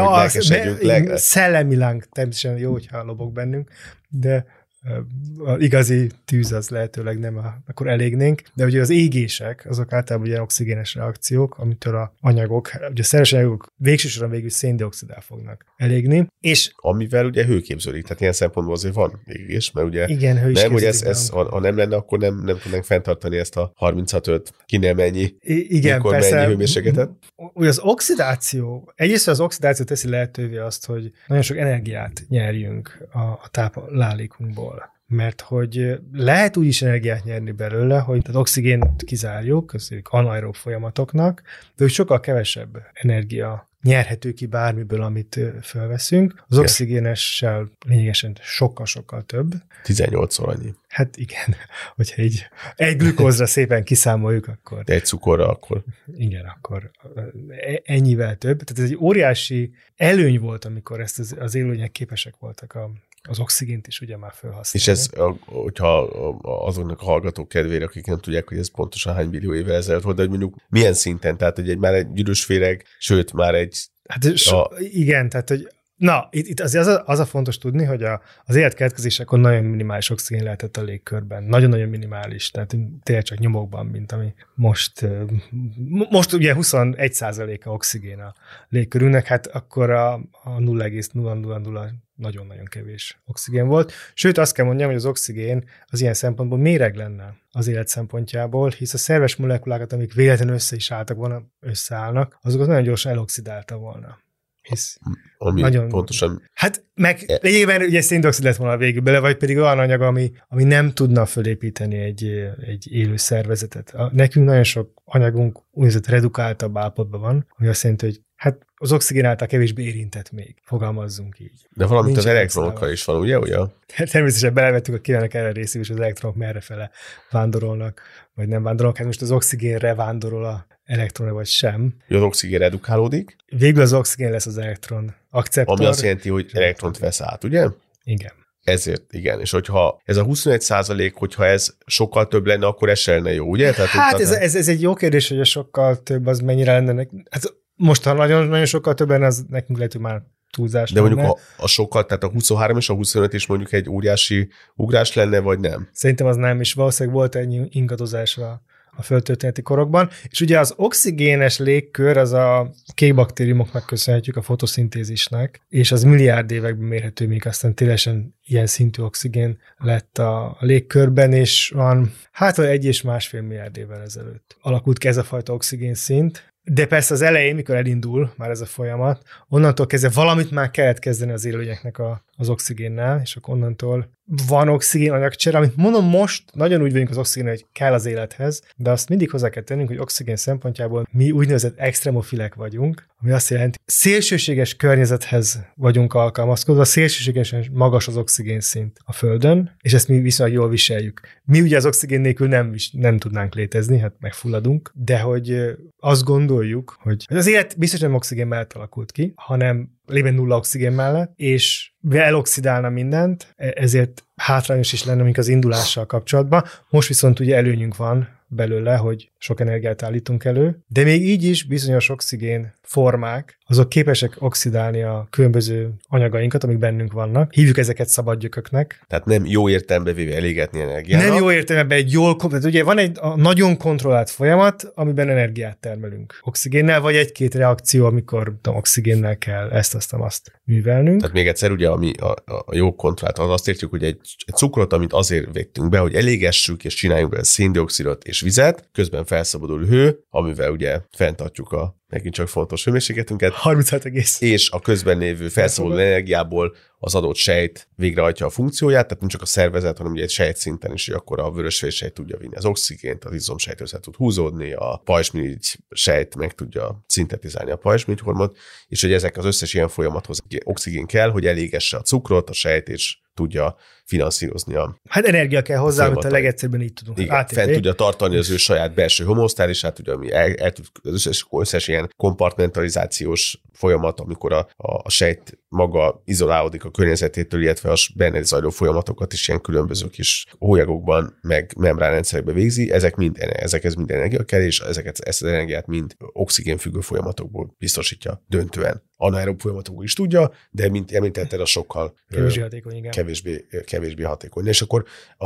szellemi láng természetesen jó, hogyha lobog bennünk, de az igazi tűz az lehetőleg nem, akkor elégnénk, de ugye az égések, azok általában ugye oxigénes reakciók, amitől a anyagok, ugye a szerves anyagok végső soron végül széndioxiddá fognak elégni, és
amivel ugye hőképződik, tehát ilyen szempontból azért van égés, mert ugye
igen,
nem, hogy ez ha nem lenne, akkor nem tudnánk fenntartani ezt a 36-5 ki nem mennyi,
igen,
mikor
persze,
mennyi hőmérsékletet.
Ugye az oxidáció, egyrészt az oxidáció teszi lehetővé azt, hogy nagyon sok energiát nyerjünk a táplálékunkból. Mert hogy lehet úgy is energiát nyerni belőle, hogy az oxigént kizárjuk, köszönjük anaerób folyamatoknak, de hogy sokkal kevesebb energia nyerhető ki bármiből, amit felveszünk. Az oxigénessel lényegesen sokkal-sokkal több.
18-szor annyi.
Hát igen, hogyha így egy glükózra szépen kiszámoljuk, akkor...
De egy cukorra akkor.
Igen, akkor ennyivel több. Tehát ez egy óriási előny volt, amikor ezt az élőlények képesek voltak az oxigént is ugye már felhasználni.
És ez, hogyha azoknak a hallgatók kedvére, akik nem tudják, hogy ez pontosan hány millió évvel ezelőtt volt, de hogy mondjuk milyen szinten, tehát hogy már egy gyűrűsféreg, sőt már egy...
Hát igen, tehát hogy itt azért az a fontos tudni, hogy az életkeletkezésekor nagyon minimális oxigén lehetett a légkörben. Nagyon-nagyon minimális, tehát tényleg csak nyomokban, mint ami most ugye 21%-a oxigén a légkörünknek, hát akkor a 0,000 nagyon-nagyon kevés oxigén volt. Sőt, azt kell mondjam, hogy az oxigén az ilyen szempontból méreg lenne az élet szempontjából, hisz a szerves molekulákat, amik véletlenül összeállnak, azokat nagyon gyorsan eloxidálta volna. Hisz
ami nagyon pontosan...
Hát meg lényegében ugye széndioxid lett volna végül bele, vagy pedig olyan anyag, ami nem tudna fölépíteni egy élő szervezetet. Nekünk nagyon sok anyagunk úgynevezett redukáltabb állapotban van, ami azt jelenti, hogy hát az oxigén által kevésbé érintett még, fogalmazzunk így.
De valamint az elektronokkal is van, ugye?
Természetesen belevettük a kivenek erre részébe, és az elektronok merrefele vándorolnak, vagy nem vándorolnak, hát most az oxigénre vándorol a elektron, vagy sem.
Az oxigén redukálódik.
Végül az oxigén lesz az elektron akceptor.
Ami azt jelenti, hogy elektront vesz át, ugye?
Igen.
Ezért, igen. És hogyha ez a 21%, hogyha ez sokkal több lenne, akkor ez se lenne jó, ugye? Tehát,
hát ez egy jó kérdés, hogy a sokkal több az mennyire lenne. Hát most, ha nagyon sokkal több lenne, az nekünk lehet, hogy már túlzás
de
lenne.
mondjuk a sokkal, tehát a 23 és a 25 is mondjuk egy óriási ugrás lenne, vagy nem?
Szerintem az nem, és valószínűleg volt ennyi ingadozás a földtörténeti korokban. És ugye az oxigénes légkör, az a kék baktériumoknak köszönhetjük, a fotoszintézisnek, és az milliárd években mérhető, míg aztán ténylegesen ilyen szintű oxigén lett a légkörben, és van 1 és 1,5 milliárd évvel ezelőtt alakult ki ez a fajta oxigén szint. De persze az elején, mikor elindul már ez a folyamat, onnantól kezdve valamit már kellett kezdeni az élőlényeknek az oxigénnel, és akkor onnantól van oxigén anyagcsere, amit mondom most, nagyon úgy vagyunk az oxigén, hogy kell az élethez, de azt mindig hozzá kell tennünk, hogy oxigén szempontjából mi úgynevezett extremofilek vagyunk, ami azt jelenti, szélsőséges környezethez vagyunk alkalmazkodva, szélsőségesen magas az oxigén szint a Földön, és ezt mi viszonylag jól viseljük. Mi ugye az oxigén nélkül nem tudnánk létezni, hát megfulladunk, de hogy azt gondoljuk, hogy az élet biztos nem oxigén mellett alakult ki, hanem lében nulla oxigén mellett, és eloxidálna mindent, ezért hátrányos is lenne, mint az indulással kapcsolatban. Most viszont ugye előnyünk van belőle, hogy sok energiát állítunk elő, de még így is bizonyos oxigén formák azok képesek oxidálni a különböző anyagainkat, amik bennünk vannak. Hívjuk ezeket szabadgyököknek.
Tehát nem jó értelembe véve elégetni energiának.
Nem jó értelemben egy tehát ugye van egy nagyon kontrollált folyamat, amiben energiát termelünk. Oxigénnel, vagy egy-két reakció, amikor oxigénnel kell ezt-azt művelnünk.
Tehát még egyszer, ugye, ami a jó kontrollált, az azt értjük, hogy egy cukrot, amit azért vettünk be, hogy elégessük, és csináljunk belőle széndioxidot és vizet, közben felszabadul hő, amivel ugye fenntartjuk a megint csak fontos hőmérsékletünket.
36,
és a közben lévő felszabaduló energiából az adott sejt végrehajtja a funkcióját, tehát nem csak a szervezet, hanem ugye egy sejt szinten is, hogy akkor a vörösvérsejt tudja vinni az oxigént, az izomsejt össze tud húzódni, a pajzsmirigy sejt meg tudja szintetizálni a pajzsmirigyhormont, és hogy ezek az összes ilyen folyamathoz oxigén kell, hogy elégesse a cukrot, a sejt, és tudja finanszírozni a...
Hát energia kell hozzá, amit a legegyszerűbben így tudunk.
Igen, fent tudja tartani az ő saját belső homeosztálisát, ugye, ami el tud az összes ilyen kompartmentalizációs folyamat, amikor a sejt maga izolálódik a környezetétől, illetve a benne zajló folyamatokat is ilyen különböző kis hólyagokban, meg membránrendszerekbe végzi, ezekhez mind energia kell, és ezt az energiát mind oxigénfüggő folyamatokból biztosítja döntően. Anaerob folyamatokból is tudja, de mint említetted, a sokkal kevésbé hatékony. És akkor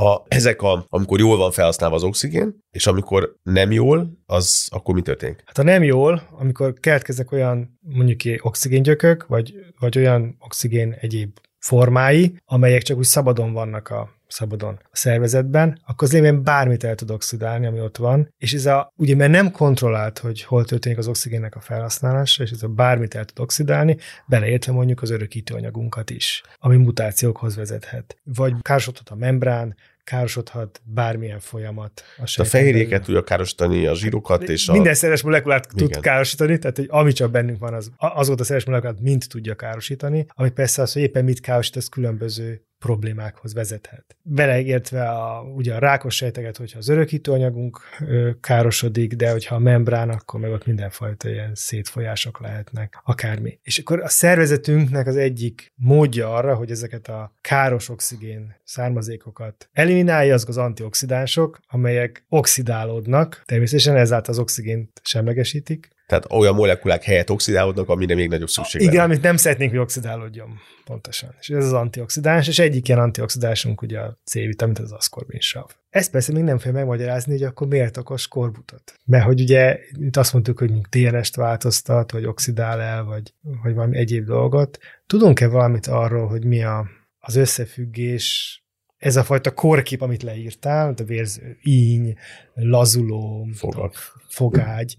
amikor jól van felhasználva az oxigén, és amikor nem jól, akkor mi történik?
Hát ha nem jól, amikor keletkeznek olyan mondjuk oxigéngyökök, vagy olyan oxigén egyéb formái, amelyek csak úgy szabadon vannak a szervezetben, akkor az lényegében bármit el tud oxidálni, ami ott van, és ez ugye mert nem kontrollált, hogy hol történik az oxigénnek a felhasználása, és ez bármit el tud oxidálni, beleértve mondjuk az örökítő anyagunkat is, ami mutációkhoz vezethet. Vagy károsodhat a membrán, károsodhat bármilyen folyamat.
A fehérjéket tudja károsítani, a zsírokat és
minden szerves molekulát tud károsítani, tehát hogy ami csak bennünk van, azokat a szerves molekulát mind tudja károsítani, ami persze az, hogy éppen mit károsít, az különböző problémákhoz vezethet. Beleértve ugye a rákos sejteket, hogyha az örökítőanyagunk károsodik, de hogyha a membrán, akkor meg ott mindenfajta ilyen szétfolyások lehetnek, akármi. És akkor a szervezetünknek az egyik módja arra, hogy ezeket a káros oxigén származékokat eliminálja, azok az antioxidánsok, amelyek oxidálódnak, természetesen ezáltal az oxigént semlegesítik.
Tehát olyan molekulák helyett oxidálódnak, amire még nagyobb szükség
lenne. Igen, amit nem szeretnénk, hogy oxidálódjon. Pontosan. És ez az antioxidáns, és egyik ilyen antioxidánsunk ugye a C-vitamin, az aszkorbinsav. Ezt persze még nem fogja megmagyarázni, hogy akkor miért okoz skorbutot. Mert hogy ugye itt azt mondtuk, hogy DNS-t változtat, vagy oxidál el, vagy valami egyéb dolgot. Tudunk-e valamit arról, hogy mi az összefüggés, ez a fajta kórkép, amit leírtál, a vérző íny, lazuló, fogágy,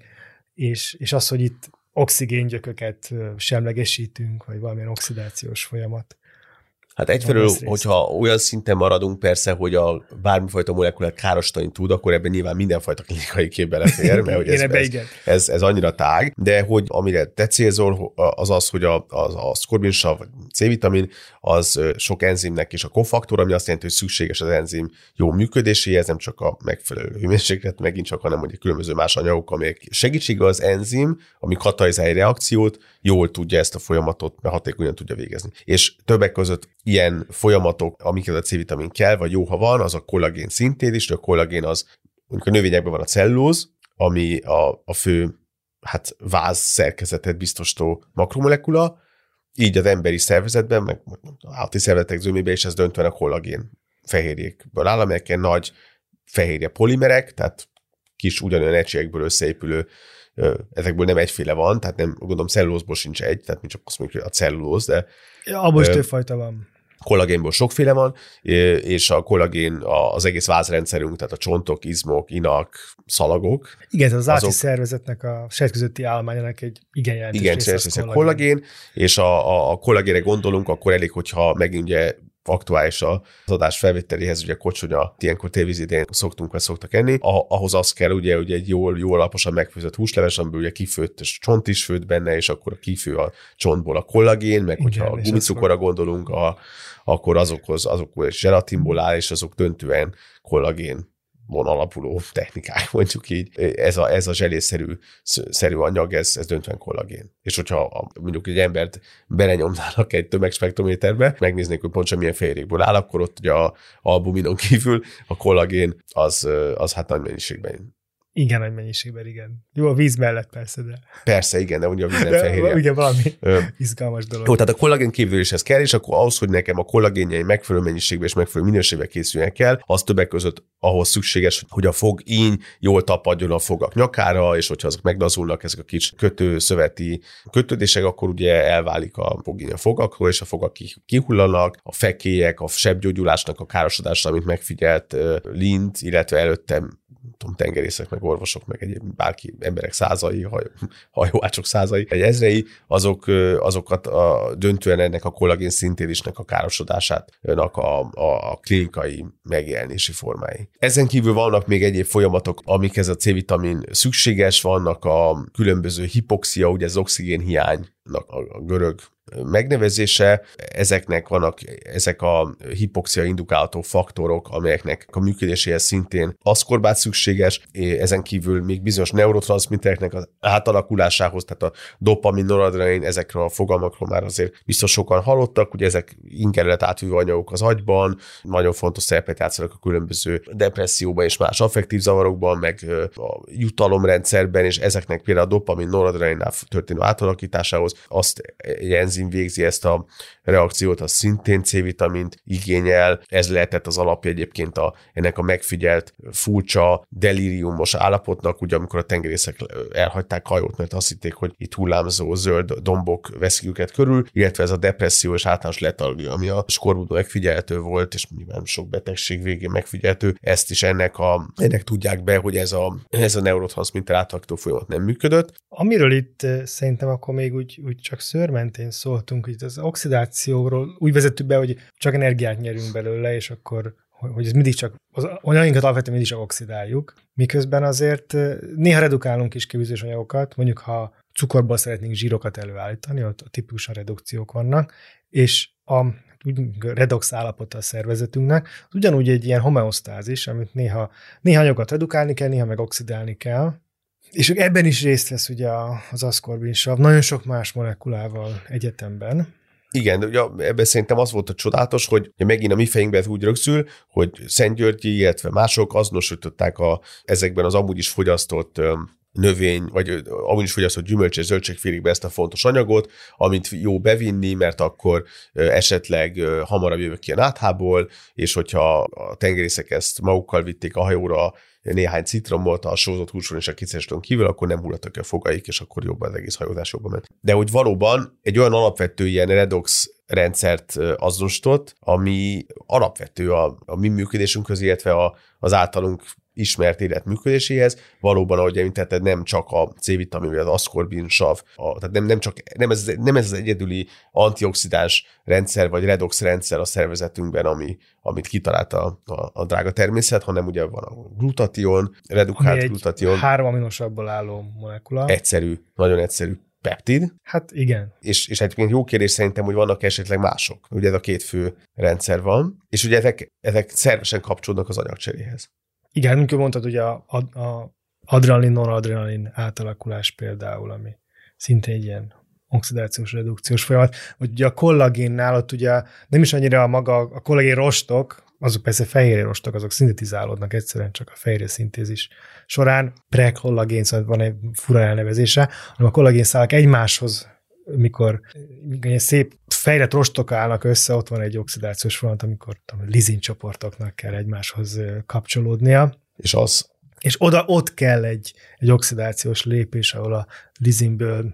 és az, hogy itt oxigéngyököket semlegesítünk, vagy valamilyen oxidációs folyamat.
Hát egyfelől, hogyha olyan szinten maradunk persze, hogy a bármifajta molekulát károsítani tud, akkor ebben nyilván mindenfajta klinikai kép belefér, mert hogy ez annyira tág, de hogy amire te célzol, az, hogy a szkorbinsav, vagy C-vitamin, az sok enzimnek és a kofaktor, ami azt jelenti, hogy szükséges az enzim jó működéséhez, nem csak a megfelelő hőmérséklet megint csak, hanem hogy különböző más anyagok, amelyek segítségével az enzim, ami katalizálja a reakciót, jól tudja ezt a folyamatot, mert hatékonyan tudja végezni. És többek között ilyen folyamatok, amiket a C-vitamin kell, vagy jó, ha van, az a kollagén szintézis, de a kollagén az, mondjuk a növényekben van a cellulóz, ami a fő váz szerkezetet biztosító makromolekula, így az emberi szervezetben, meg az állati szervezetek zömében is ez döntően a kollagén fehérjékből áll, amelyek ilyen nagy fehérje polimerek, tehát kis ugyanolyan egységekből összeépülő, ezekből nem egyféle van, tehát nem, gondolom cellulózból sincs egy, tehát mi csak azt mondjuk, hogy a cellulóz, de...
Ja, abból is többfajta van.
Kollagénból sokféle van, és a kollagén az egész vázrendszerünk, tehát a csontok, izmok, inak, szalagok.
Igen, az állati szervezetnek a sejtközötti állományának egy igen jelentős része
a kollagén, és a kollagénre gondolunk, akkor elég, hogyha megint ugye aktuális az adás felvételéhez, ugye kocsonya, ilyenkor tévízidén szoktak enni, ahhoz az kell ugye, hogy egy jól alaposan megfőzött húsleves, amiből ugye kifőtt, és csont is főtt benne, és akkor a kifő a csontból a kollagén, meg igen, hogyha a gumicukorra gondolunk, akkor azok zselatinból áll, és azok döntően kollagén alapuló technikák, mondjuk így. Ez a zselésszerű anyag, ez döntően kollagén. És hogyha mondjuk egy embert belenyomnának egy tömegspektrométerbe, megnéznék, hogy pontosan milyen fehérjékből áll, akkor ott ugye a albuminon kívül a kollagén az hát nagy mennyiségben
Igen, nagy mennyiségben, igen. Jó, a víz mellett persze, de...
Persze, igen, de ugye a víz nem fehérje.
Igen, valami izgalmas dolog.
Jó, tehát a kollagén képződéshez kell, és akkor ahhoz, hogy nekem a kollagénjei megfelelő mennyiségben és megfelelő minőségben készüljenek el, az többek között ahhoz szükséges, hogy a fogíny jól tapadjon a fogak nyakára, és hogyha azok meglazulnak, ezek a kis kötőszöveti kötődések, akkor ugye elválik a fogíny a fogakról, és a fogak kihullanak, a fekélyek, a sebgyógyulásnak a károsodása, amit megfigyelt Lind, illetve előttem tengerészek, meg orvosok, meg egyéb bárki, emberek százai, hajóácsok százai, egy ezrei, azokat döntően ennek a kollagén szintézisnek a károsodásának a klinikai megjelenési formái. Ezen kívül vannak még egyéb folyamatok, amikhez a C-vitamin szükséges, vannak a különböző hipoxia, ugye az oxigénhiánynak a görög megnevezése, ezeknek vannak ezek a hipoxia indukálható faktorok, amelyeknek a működéséhez szintén aszkorbát szükséges, ezen kívül még bizonyos neurotranszmittereknek az átalakulásához, tehát a dopamin, noradrenalin, ezekről a fogalmakról már azért biztos sokan hallottak, ugye ezek ingerület átvívő anyagok az agyban, nagyon fontos szerepet játszanak a különböző depresszióban és más affektív zavarokban, meg a jutalomrendszerben, és ezeknek például a dopamin, noradrenalinnál történő átalakításához azt egy enzim végzi ezt a reakciót, az szintén C-vitamint igényel. Ez lehetett az alapja egyébként ennek a megfigyelt furcsa delíriumos állapotnak, ugye amikor a tengerészek elhagyták a hajót, mert azt hitték, hogy itt hullámzó zöld dombok veszik őket körül, illetve ez a depresszió és általános letargia, ami a skorbutban megfigyelhető volt, és nyilván sok betegség végén megfigyelhető, ezt is ennek tudják be, hogy ez a neurotranszmitter átalakító folyamat nem működött.
Amiről itt szerintem akkor még úgy csak szőrmentén szóltunk, hogy az oxidációról úgy vezettük be, hogy csak energiát nyerünk belőle, és akkor, hogy ez mindig csak, az anyaginkat alapvetően mindig csak oxidáljuk, miközben azért néha redukálunk is bizonyos anyagokat, mondjuk ha cukorból szeretnénk zsírokat előállítani, ott típusa redukciók vannak, és a redox állapota a szervezetünknek, ugyanúgy egy ilyen homeosztázis, amit néha anyagokat redukálni kell, néha meg oxidálni kell, és ebben is részt vesz ugye az aszkorbinsav, nagyon sok más molekulával egyetemben.
Igen, de ugye ebben szerintem az volt a csodálatos, hogy megint a mi fejünkben úgy rögzül, hogy Szentgyörgyi, illetve mások azonosították ezekben az amúgy is fogyasztott növény, vagy amúgy is fogyasztott gyümölcs és zöldségfélékbe ezt a fontos anyagot, amit jó bevinni, mert akkor esetleg hamarabb jövök ki a náthából, és hogyha a tengerészek ezt magukkal vitték a hajóra, néhány citromot, a sózott húson és a kiceston kívül, akkor nem hulladtak a fogaik, és akkor jobban az egész hajózás jobban ment. De hogy valóban egy olyan alapvető ilyen redox rendszert azonosított, ami alapvető a mi működésünkhöz, illetve az általunk ismert élet működéséhez. Valóban, ahogy említetted, nem csak a C-vitamin, vagy az aszkorbinsav, tehát nem ez az egyedüli antioxidáns rendszer, vagy redox rendszer a szervezetünkben, amit kitalált a drága természet, hanem ugye van a glutation, redukált glutation.
3 aminosavból álló molekula.
Egyszerű, nagyon egyszerű peptid.
Hát igen.
És egyébként jó kérdés szerintem, hogy vannak esetleg mások. Ugye ez a 2 fő rendszer van, és ugye ezek szervesen kapcsolódnak az anyagcseréhez.
Igen, amikor mondtad, ugye a adrenalin-noradrenalin átalakulás például, ami szintén egy ilyen oxidációs, redukciós folyamat, vagy ugye a kollagénnál ott ugye nem is annyira a kollagén rostok, azok persze fehérje rostok, azok szintetizálódnak egyszerűen csak a fehérje szintézis során, prekollagén, szóval van egy fura elnevezése, hanem a kollagénszálak egymáshoz, mikor ilyen szép fejlett rostok állnak össze, ott van egy oxidációs folyamat, amikor lizin csoportoknak kell egymáshoz kapcsolódnia. És ott kell egy oxidációs lépés, ahol a lizinből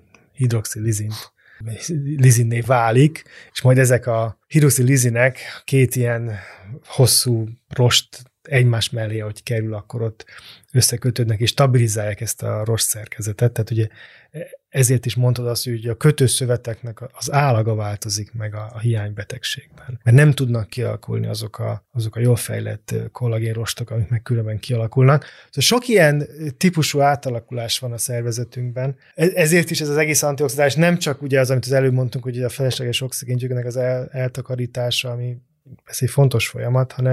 hidroxilizinné válik, és majd ezek a hidroxilizinek 2 ilyen hosszú rost egymás mellé, ahogy kerül, akkor ott összekötődnek, és stabilizálják ezt a rost szerkezetet. Tehát ugye ezért is mondtad azt, hogy a kötőszöveteknek az állaga változik meg a hiánybetegségben. Mert nem tudnak kialakulni azok a jól fejlett kollagénrostok, amik meg különben kialakulnak. Szóval sok ilyen típusú átalakulás van a szervezetünkben. Ezért is ez az egész antioxidálás nem csak ugye az, amit az előbb mondtunk, hogy a felesleges oxigéngyűjtőnek az eltakarítása, ami ez egy fontos folyamat, hanem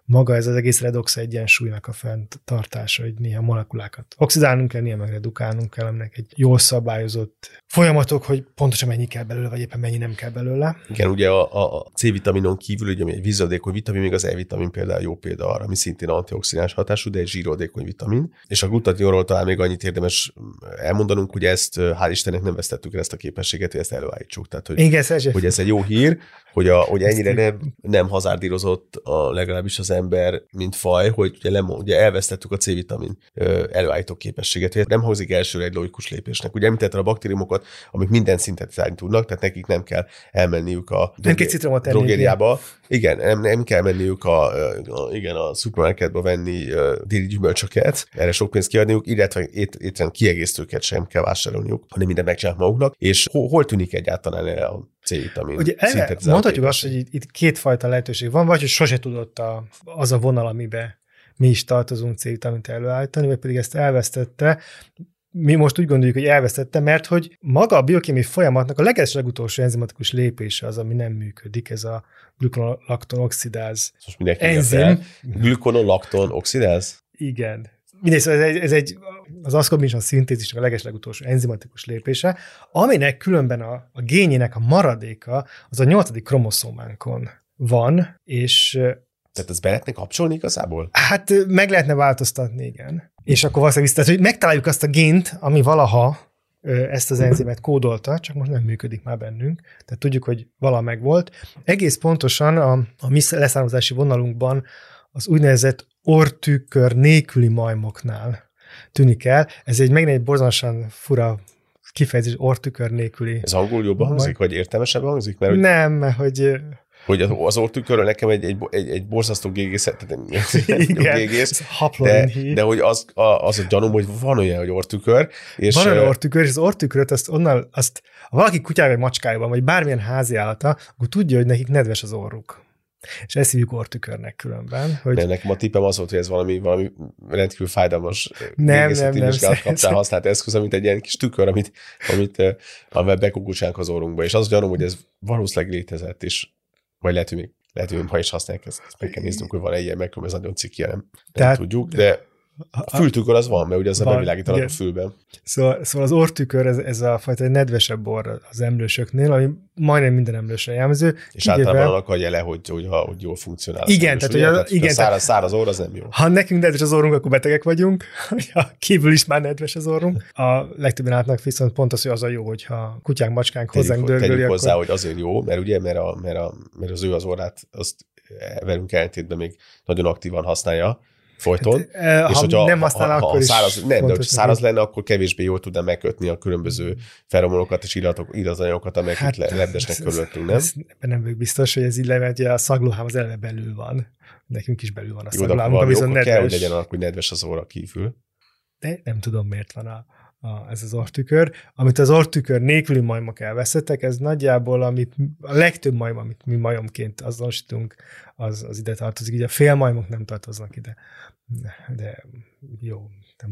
maga ez az egész redox egyensúlynak a fenntartása, hogy néha molekulákat oxidálnunk kell, néha meg redukálnunk kell, aminek egy jól szabályozott folyamatok, hogy pontosan mennyi kell belőle, vagy éppen mennyi nem kell belőle.
Igen, ugye a C-vitaminon kívül, ugye, ami egy vízadékony vitamin, még az E-vitamin például jó példa arra, ami szintén antioxidáns hatású, de egy zsírodékony vitamin. És a glutationról talán még annyit érdemes elmondanunk, hogy ezt, hál' Istennek nem vesztettük el ezt a képességet, hogy ezt előállítsuk. Tehát, hogy ez egy jó hír, hogy ennyire nem hazárdírozott legalábbis az ember, mint faj, hogy ugye elvesztettük a C-vitamin előállító képességet. Nem hangzik elsőre egy logikus lépésnek. Ugye említetted a baktériumokat, amik minden szintetizálni tudnak, tehát nekik nem kell elmenniük a drogériába. Igen, nem kell menniük a szupermarketbe venni déli gyümölcsöket, erre sok pénzt kiadniuk, illetve étrendet kiegészítőket sem kell vásárolniuk, hanem mindent megcsinálnak maguknak. És hol tűnik egyáltalán a C-vitamin?
Ugye mondhatjuk azt, hogy itt kétfajta lehetőség van, vagy hogy sose tudott az a vonal, amiben mi is tartozunk C-vitamint előállítani, vagy pedig ezt elvesztette. Mi most úgy gondoljuk, hogy elvesztette, mert hogy maga a biokémiai folyamatnak a legutolsó enzimatikus lépése az, ami nem működik, ez a glukonolakton oxidáz enzim.
Glukonolakton oxidáz?
Igen. Mindegy, ez az aszkorbinsav szintézisnek a legutolsó enzimatikus lépése, aminek különben a génjének a maradéka az a 8. kromoszómánkon van, és...
Tehát ezt be lehetne kapcsolni igazából?
Hát meg lehetne változtatni, igen. És akkor valószínűleg vissza, hogy megtaláljuk azt a gént, ami valaha ezt az enzimet kódolta, csak most nem működik már bennünk. Tehát tudjuk, hogy valaha megvolt. Egész pontosan a mi leszármazási vonalunkban az úgynevezett orrtükör nélküli majmoknál tűnik el. Ez egy borzalmasan fura kifejezés, orrtükör nélküli.
Ez angol jobban hangzik, vagy értelmesebben hangzik? Mert,
nem, hogy
az orrtükörről nekem egy borzasztó gégész, de hogy az a gyanúm, hogy van olyan, hogy orrtükör. És
van olyan orrtükör, és az orrtükröt azt ha valaki kutyája vagy macskájában, vagy bármilyen házi állata, akkor tudja, hogy nekik nedves az orruk. És ezt hívjuk orrtükörnek különben. Hogy...
De nekem a tippem az volt, hogy ez valami rendkívül fájdalmas gégészeti vizsgálat kapcsán használt eszköz, mint egy ilyen kis tükör, amivel bekukulcsálunk az orrunkba. És az gyanúm, hogy ez valószínűleg létezett, és vagy lehet, hogy ma is használják ezt meg kell néznünk, hogy van-e ilyen, mert ez nagyon cikki, nem tudjuk, de a fültükör az van, mert ugye az a bevilágítanak a fülben.
Szóval az orrtükör, ez a fajta nedvesebb orr az emlősöknél, ami majdnem minden emlősre jellemző.
És általában annak a jele, hogy jól funkcionál.
Igen,
tehát száraz orr az nem jó.
Ha nekünk nedves az orrunk, akkor betegek vagyunk, ha kívül is már nedves az orrunk. A legtöbben átnak viszont pont az, hogy az a jó, hogyha kutyánk, macskánk hozzánk dörgöli.
Tegyük hozzá, hogy azért jó, mert ugye, mert az ő az orrát, azt velünk ellentétben még nagyon aktívan használja, folyton.
És hogyha nem használ, akkor
száraz, nem, de hogyha száraz lenne, akkor kevésbé jól tudna megkötni a különböző feromonokat és irazanyagokat, amelyek itt lebdesnek körülöttünk, nem?
Nem vagyok biztos, hogy ez így lehet, hogy a szagluhám az eleve belül van. Nekünk is belül van a szagluhámunk, viszont nedves.
Kell, hogy legyen annak, hogy nedves az orra kívül.
De nem tudom, miért van ez az orrtükör. Amit az orrtükör nélküli majmok elveszettek, ez nagyjából a legtöbb majom, amit mi majomként azonosítunk, az ide tartozik. Ugye a félmajmok nem tartoznak ide. De jó,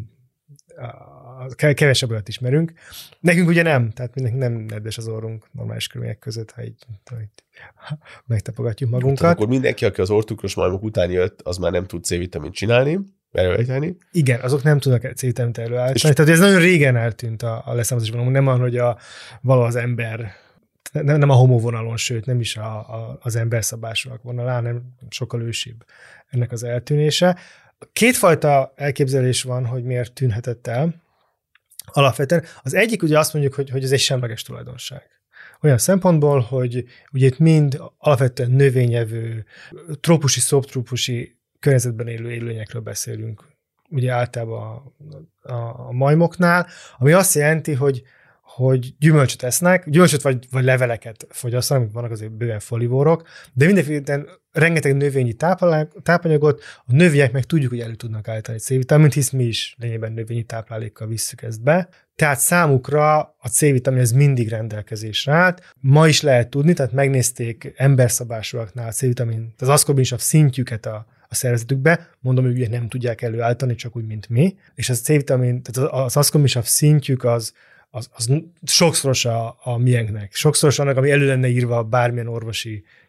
kevesebb olyat ismerünk. Nekünk ugye nem, tehát mindenki nem nedves az orrunk normális körülmények között, ha így megtapogatjuk magunkat.
Tehát akkor mindenki, aki az orrtükrös majmok után jött, az már nem tud C-vitamint csinálni, előállítani.
Igen, azok nem tudnak C-vitamint előállítani. Tehát ez nagyon régen eltűnt a leszármazásban. Nem van, hogy való az ember, nem a homo vonalon, sőt, nem is az emberszabásúak vonalán, hanem sokkal ősibb ennek az eltűnése. Kétfajta elképzelés van, hogy miért tűnhetett el. Alapvetően az egyik ugye azt mondjuk, hogy ez egy semleges tulajdonság. Olyan szempontból, hogy ugye itt mind alapvetően növényevő, trópusi, szubtrópusi környezetben élő élőlényekről beszélünk, ugye általában a majmoknál, ami azt jelenti, hogy gyümölcsöt esznek, gyümölcsöt vagy leveleket fogyasztanak, amik vannak azért bőven folivórok, de mindenféle rengeteg növényi tápanyagot, a növények meg tudjuk, hogy elő tudnak állítani C-vitamint, hisz mi is lényegében növényi táplálékkal visszük ezt be. Tehát számukra a C-vitamin ez mindig rendelkezésre állt. Ma is lehet tudni, tehát megnézték emberszabásúaknál a C-vitamin, az aszkorbinsav szintjüket a szervezetükbe, mondom, hogy ugye nem tudják előállítani, csak úgy, mint mi, és az C-vitamin, tehát az aszkorbinsav szintjük az sokszoros a miénknek. Sokszoros annak, ami elő lenne írva bármilyen orvosi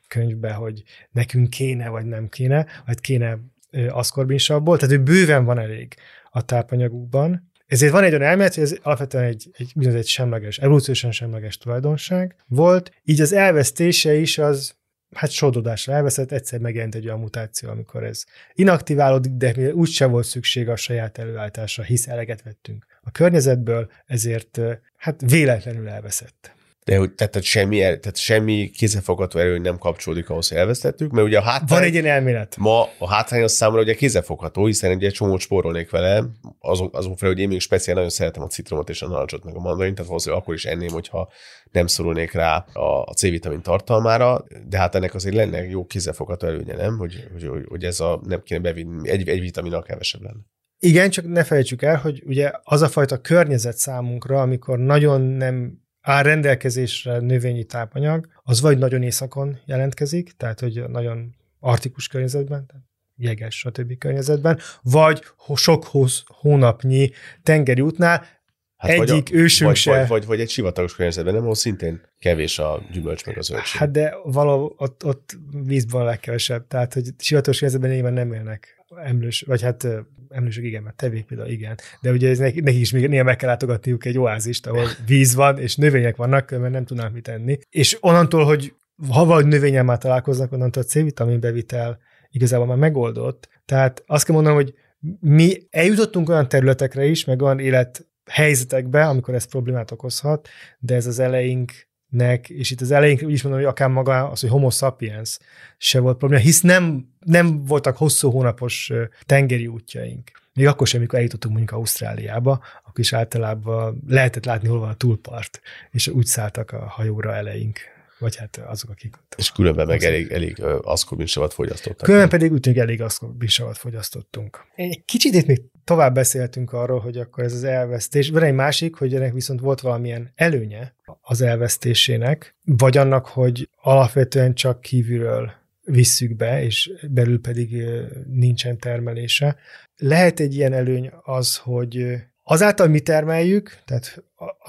könyvbe, hogy nekünk kéne, vagy nem kéne, vagy kéne aszkorbinsavból, tehát hogy bőven van elég a tápanyagukban. Ezért van egy olyan elmélet, hogy ez alapvetően egy semleges, evolúciósan semleges tulajdonság volt, így az elvesztése is az sodródásra elveszett, egyszer megjelent egy olyan mutáció, amikor ez inaktiválódik, de úgyse volt szükség a saját előállításra, hisz eleget vettünk a környezetből, ezért véletlenül elveszett.
De hogy tehát semmi kézzelfogható erő nem kapcsolódik ahhoz, hogy elvesztettük, mert ugye a hátrány...
Van egy ilyen elmélet.
Ma a hátrány az számomra ugye kézzelfogható, hiszen ugye egy csomót spórolnék vele, azon fel, hogy én még speciál nagyon szeretem a citromot és a narancsot, meg a mandarint, tehát valószínűleg akkor is enném, hogyha nem szorulnék rá a C-vitamin tartalmára, de hát ennek azért lenne jó kézzelfogható előnye, nem? Hogy ez nem kéne bevinni, egy vitaminnal kevesebb lenne.
Igen, csak ne felejtsük el, hogy ugye az a fajta környezet számunkra, amikor nagyon nem áll rendelkezésre növényi tápanyag, az vagy nagyon északon jelentkezik, tehát hogy nagyon arktikus környezetben, tehát jeges, stb. Környezetben, vagy sok hónapnyi tengeri útnál, egyik ősünk se...
Vagy egy sivatagos környezetben, nem, ahol szintén kevés a gyümölcs meg a zöldség.
Hát de valahol ott vízban a legkevesebb, tehát hogy sivatagos környezetben nyilván nem élnek emlős, vagy emlősök igen, mert tevék például igen, de ugye neki is még néha meg kell látogatniuk egy oázist, ahol víz van, és növények vannak, mert nem tudnak mit enni. És onnantól, hogy ha vagy növényen már találkoznak, onnantól a C-vitamin bevitel igazából már megoldott. Tehát azt kell mondanom, hogy mi eljutottunk olyan területekre is, meg olyan élethelyzetekbe, amikor ez problémát okozhat, de ez az eleinknek, és itt az elején úgy is mondom, hogy akár maga az, hogy homo sapiens se volt probléma, hisz nem voltak hosszú hónapos tengeri útjaink. Még akkor sem, amikor eljutottunk mondjuk Ausztráliába, akkor is általában lehetett látni, hol van a túlpart, és úgy szálltak a hajóra eleink. Vagy azok, akik...
És különben meg elég aszkorbinsavat fogyasztottak.
Különben pedig úgy tűnik, elég aszkorbinsavat fogyasztottunk. Egy kicsit itt még tovább beszéltünk arról, hogy akkor ez az elvesztés. Van egy másik, hogy ennek viszont volt valamilyen előnye az elvesztésének, vagy annak, hogy alapvetően csak kívülről visszük be, és belül pedig nincsen termelése. Lehet egy ilyen előny az, hogy azáltal mi termeljük, tehát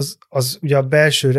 az ugye a belső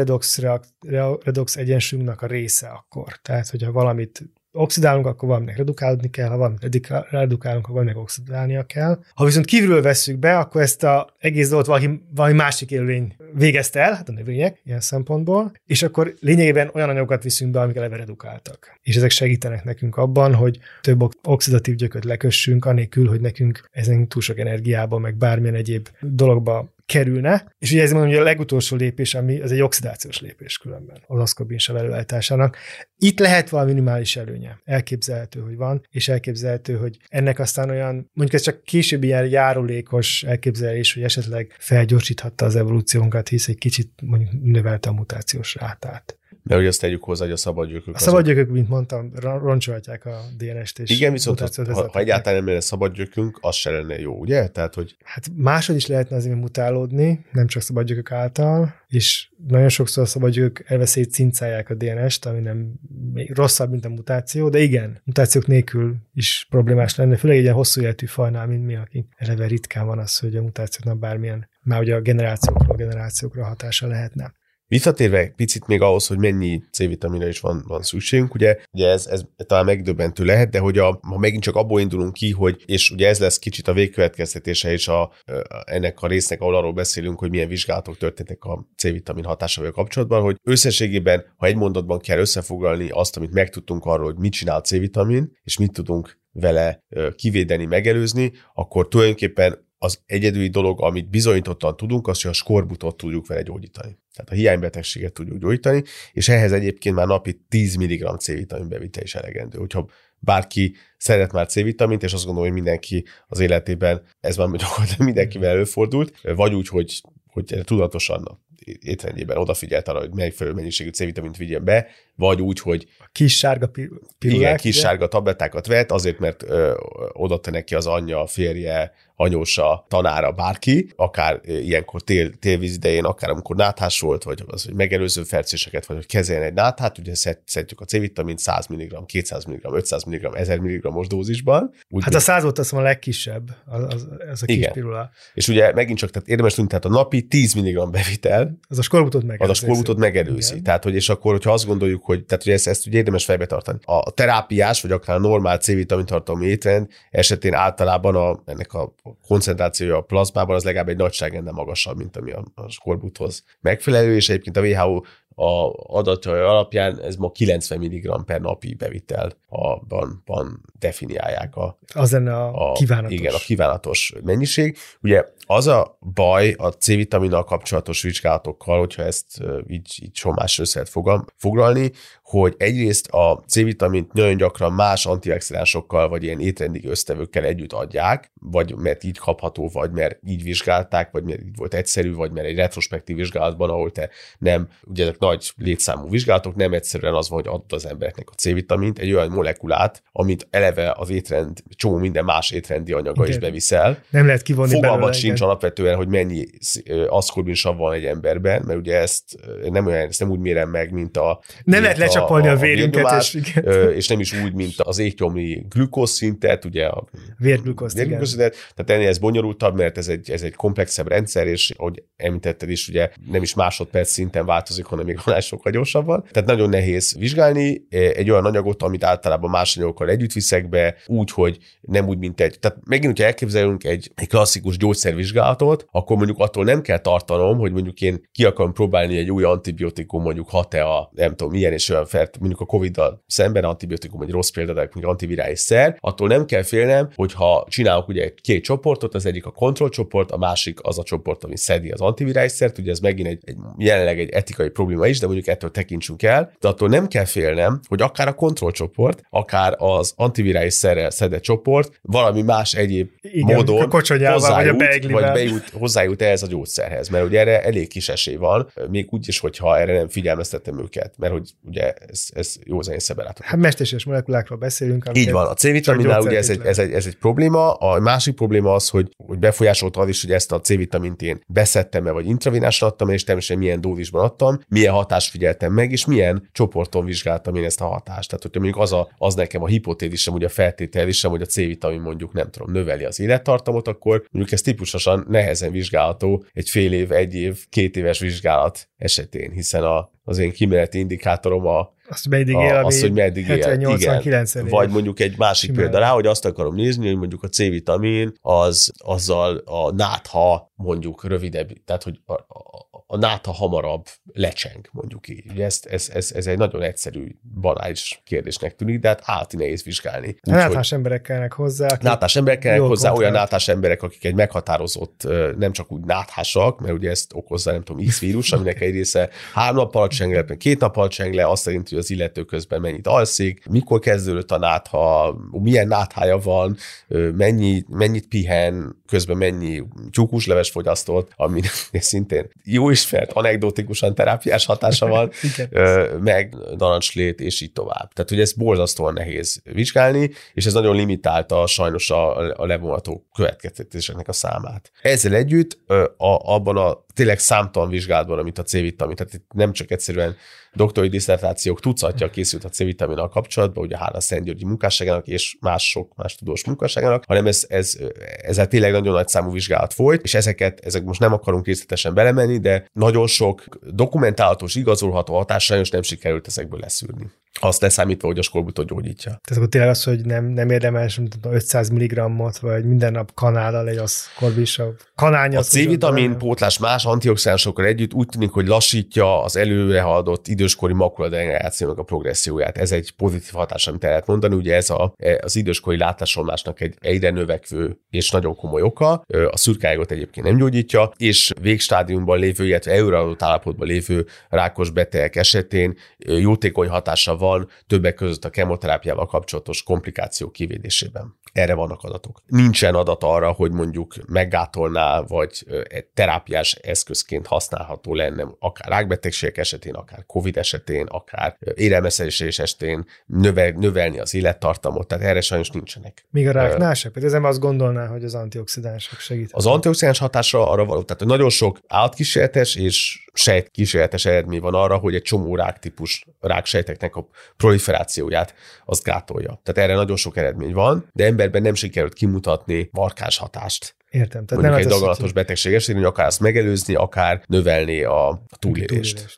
redox egyensúlyunknak a része akkor. Tehát, hogyha valamit oxidálunk, akkor valaminek redukálódni kell, ha valamit redukálunk, akkor valaminek oxidálnia kell. Ha viszont kívülről vesszük be, akkor ezt az egész dolgot valami másik élőlény végezte el, hát a növények ilyen szempontból, és akkor lényegében olyan anyagokat viszünk be, amik eleve redukáltak. És ezek segítenek nekünk abban, hogy több oxidatív gyököt lekössünk, anélkül, hogy nekünk ezen túl sok energiába, meg bármilyen egyéb dologba kerülne. És ugye ez mondom, hogy a legutolsó lépés, az egy oxidációs lépés különben az aszkorbinsav előállításának. Itt lehet valami minimális előnye. Elképzelhető, hogy van, és elképzelhető, hogy ennek aztán olyan, mondjuk ez csak később ilyen járulékos elképzelés, hogy esetleg felgyorsíthatta az evolúciónkat, hisz egy kicsit mondjuk növelte a mutációs rátát.
Mert ugye azt tegyük hozzá, hogy a szabadgyökök...
A szabadgyökök, mint mondtam, roncsolhatják a DNS-t. És
igen, viszont ha egyáltalán nem lenne szabadgyökünk, az se lenne jó, ugye? Tehát, hogy...
Hát máshogy is lehetne azért mutálódni, nem csak szabadgyökök által, és nagyon sokszor a szabadgyökök elveszélyt cincálják a DNS-t, ami nem még rosszabb, mint a mutáció, de igen, mutációk nélkül is problémás lenne, főleg egy ilyen hosszú életű fajnál, mint mi, akik eleve ritkán van az, hogy a mutációknak bármilyen, már ugye a generációkra hatása lehetne.
Visszatérve picit még ahhoz, hogy mennyi C-vitaminra is van szükségünk, ugye ez talán megdöbbentő lehet, de hogy ha megint csak abból indulunk ki, hogy, és ugye ez lesz kicsit a végkövetkeztetése is ennek a résznek, ahol arról beszélünk, hogy milyen vizsgálatok történtek a C-vitamin hatásával kapcsolatban, hogy összességében, ha egy mondatban kell összefoglalni azt, amit megtudtunk arról, hogy mit csinál a C-vitamin, és mit tudunk vele kivédeni, megelőzni, akkor tulajdonképpen az egyedüli dolog, amit bizonyítottan tudunk, az, hogy a skorbutot tudjuk vele gyógyítani. Tehát a hiánybetegséget tudjuk gyógyítani, és ehhez egyébként már napi 10 mg C-vitamin bevitel is elegendő. Hogyha bárki szeret már C-vitamint, és azt gondolom, hogy mindenki az életében, ez már gyakorlatilag mindenkivel előfordult, vagy úgy, hogy tudatosan étrendjében odafigyelt arra, hogy megfelelő mennyiségű C-vitamint vigyen be, vagy úgy, hogy
a kis sárga pillulák.
Igen, kis sárga tablettákat vett, azért, mert odaadta neki az anyja, férje, anyósa, tanára, bárki, akár ilyenkor télvíz idején, akár amikor náthás volt, vagy az, hogy megelőző fertőzéseket, vagy hogy kezeljen egy náthát, ugye szedjük a C-vitamint 100 mg, 200 mg, 500 mg, 1000 mg-os dózisban.
Hát a 100 volt azt mondom a legkisebb, ez a kis pillula.
És ugye megint csak, tehát érdemes tudni, tehát a napi 10 mg bevitel,
az a skorbutot megelőzi.
Az a skorbutot megelőzi.
Igen.
Tehát, hogy és akkor, hogyha azt gondoljuk, hogy, tehát, hogy ezt ugye érdemes fejbe tartani. A terápiás, vagy akár a normál C-vitamin tartalmú étrend esetén általában ennek a koncentrációja a plazmában az legalább egy nagyságrendel magasabb, mint ami a skorbuthoz megfelelő, és egyébként a WHO adatai alapján ez ma 90 mg per napi bevitelben definiálják
az lenne a kívánatos.
Igen, a kívánatos mennyiség. Ugye az a baj a C-vitaminnal kapcsolatos vizsgálatokkal, hogyha ezt így sommásra össze lehet foglalni, hogy egyrészt a C-vitamint nagyon gyakran más antioxidánsokkal, vagy ilyen étrendi ösztevőkkel együtt adják, vagy mert így kapható, vagy mert így vizsgálták, vagy mert így volt egyszerű, vagy mert egy retrospektív vizsgálatban, ahol te nem, ugye ezek nagy létszámú vizsgálatok, nem egyszerűen az van, hogy add az embereknek a C-vitamint, egy olyan molekulát, amit eleve az étrend, csomó minden más étrendi anyaga is beviszel.
Nem lehet kivonni belőle.
Fogalmat sincs alapvetően, hogy mennyi aszkorbinsav van egy emberben, mert ugye ezt nem úgy mérem meg, mint
nem lehet lecsapolni a vérünket,
és nem is úgy, mint az étgyomri glükózszintet, ugye a
vérglükózszintet.
Tehát ennél ez bonyolultabb, mert ez egy komplexebb rendszer, és ahogy említetted is, ugye nem is másodperc szinten változik, hanem még annál sokkal gyorsabban. Tehát nagyon nehéz vizsgálni egy olyan anyagot, amit általában más anyagokkal együtt viszek be, úgy, hogy nem úgy, mint tehát megint, hogyha elképzelünk egy klasszikus gyógyszervizsgálatot, akkor mondjuk attól nem kell tartanom, hogy mondjuk én ki akarom próbálni egy új antibiotikum, mondjuk hat-e nem tudom, milyen és olyan mondjuk a Covid-dal szemben antibiotikum, egy rossz példa, de mondjuk antivirális szer, attól nem kell félnem, hogyha csinálok ugye két csoportot, az egyik a kontrollcsoport, a másik az a csoport, ami szedi az antivirális szert, ugye ez megint jelenleg egy etikai probléma is, de mondjuk ettől tekintsünk el, de attól nem kell félnem, hogy akár a kontrollcsoport, akár az antivirális szerrel szedett csoport valami más egyéb módon hozzájut ehhez a gyógyszerhez, mert ugye erre elég kis esély van, még úgy is, hogyha erre nem figyelmeztetem őket, mert hogy ugye ez józan észre belátható.
Hát mesterséges molekulákról beszélünk.
Így van, a C-vitaminnál ugye ez egy probléma, a másik probléma az, hogy befolyásolta az is, hogy ezt a C-vitamint én beszedtem-e, vagy intravénásan adtam, és természetesen milyen dózisban adtam, milyen hatást figyeltem meg, és milyen csoporton vizsgáltam én ezt a hatást. Tehát, hogyha mondjuk az nekem a hipotézisem, ugye a feltételvisem, hogy a C-vitamin mondjuk nem tudom, növeli az élettartamot, akkor mondjuk ez típusosan nehezen vizsgálható egy fél év, egy év, 2 éves vizsgálat esetén, hiszen az én kísérleti indikátorom
hogy meddig él, 70-80-90
vagy mondjuk egy másik példa rá, hogy azt akarom nézni, hogy mondjuk a C-vitamin azzal a nátha mondjuk rövidebb, tehát hogy a nátha hamarabb lecseng, mondjuk így. Ugye ez egy nagyon egyszerű, banális kérdésnek tűnik, de hát állati nehéz vizsgálni.
Náthás emberek kellnek hozzá.
Olyan náthás emberek, akik egy meghatározott, nem csak úgy náthásak, mert ugye ezt okozza, nem tudom, X vírus, aminek egy része 3 nap alatt cseng le, 2 nap alatt cseng le, azt szerint, hogy az illető közben mennyit alszik, mikor kezdődött a nátha, milyen náthája van, mennyit pihen, közben mennyi tyúkusleves fogyasztott, ami szintén jó ismert, anekdotikusan terápiás hatása van, meg narancslét, és így tovább. Tehát, hogy ez borzasztóan nehéz vizsgálni, és ez nagyon limitálta sajnos a levonható következtetéseknek a számát. Ezzel együtt abban a tényleg számtalan vizsgálatban, amit a C-vitamin, tehát itt nem csak egyszerűen doktori diszertációk tucatja készült a C-vitaminnal kapcsolatban, ugye hála Szentgyörgyi munkásságának és sok más tudós munkásságának, hanem ezzel tényleg nagyon nagy számú vizsgálat folyt, és ezek most nem akarunk részletesen belemenni, de nagyon sok dokumentálatos, igazolható hatás sajnos nem sikerült ezekből leszűrni. Azt leszámítva, hogy a skorbutot gyógyítja.
Tehát akkor tényleg az, hogy nem érdemes 500 mg-ot, vagy minden nap kanállal egy aszkorbinsav.
A C-vitamin pótlás más antioxidánsokkal együtt úgy tűnik, hogy lassítja az előrehaladott időskori makuladegenerációnak a progresszióját. Ez egy pozitív hatás, amit el lehet mondani. Ugye ez az időskori látásromlásnak egy egyre növekvő és nagyon komoly oka. A szürkeágat egyébként nem gyógyítja, és végstádiumban lévő, illetve előrehaladott állapotban lévő rákos betegek esetén jótékony hatása van többek között a kemoterápiával kapcsolatos komplikációk kivédésében. Erre vannak adatok. Nincsen adat arra, hogy mondjuk meggátolná, vagy terápiás eszközként használható lenne, akár rákbetegségek esetén, akár Covid esetén, akár élelmiszersérülés esetén növelni az élettartamot, tehát erre sajnos nincsenek.
Míg a ráknál se? Pedig ezen azt gondolná, hogy az antioxidánsok segítenek.
Az antioxidáns hatásra arra való, tehát nagyon sok állatkísérletes és sejtkísérletes eredmény van arra, hogy egy csomó ráktípus ráksejteknek a proliferációját az gátolja. Tehát erre nagyon sok eredmény van, de emberben nem sikerült kimutatni markáns hatást
Értem. Tehát
mondjuk egy daganatos betegség esetén, hogy akár azt megelőzni, akár növelni a túlélést.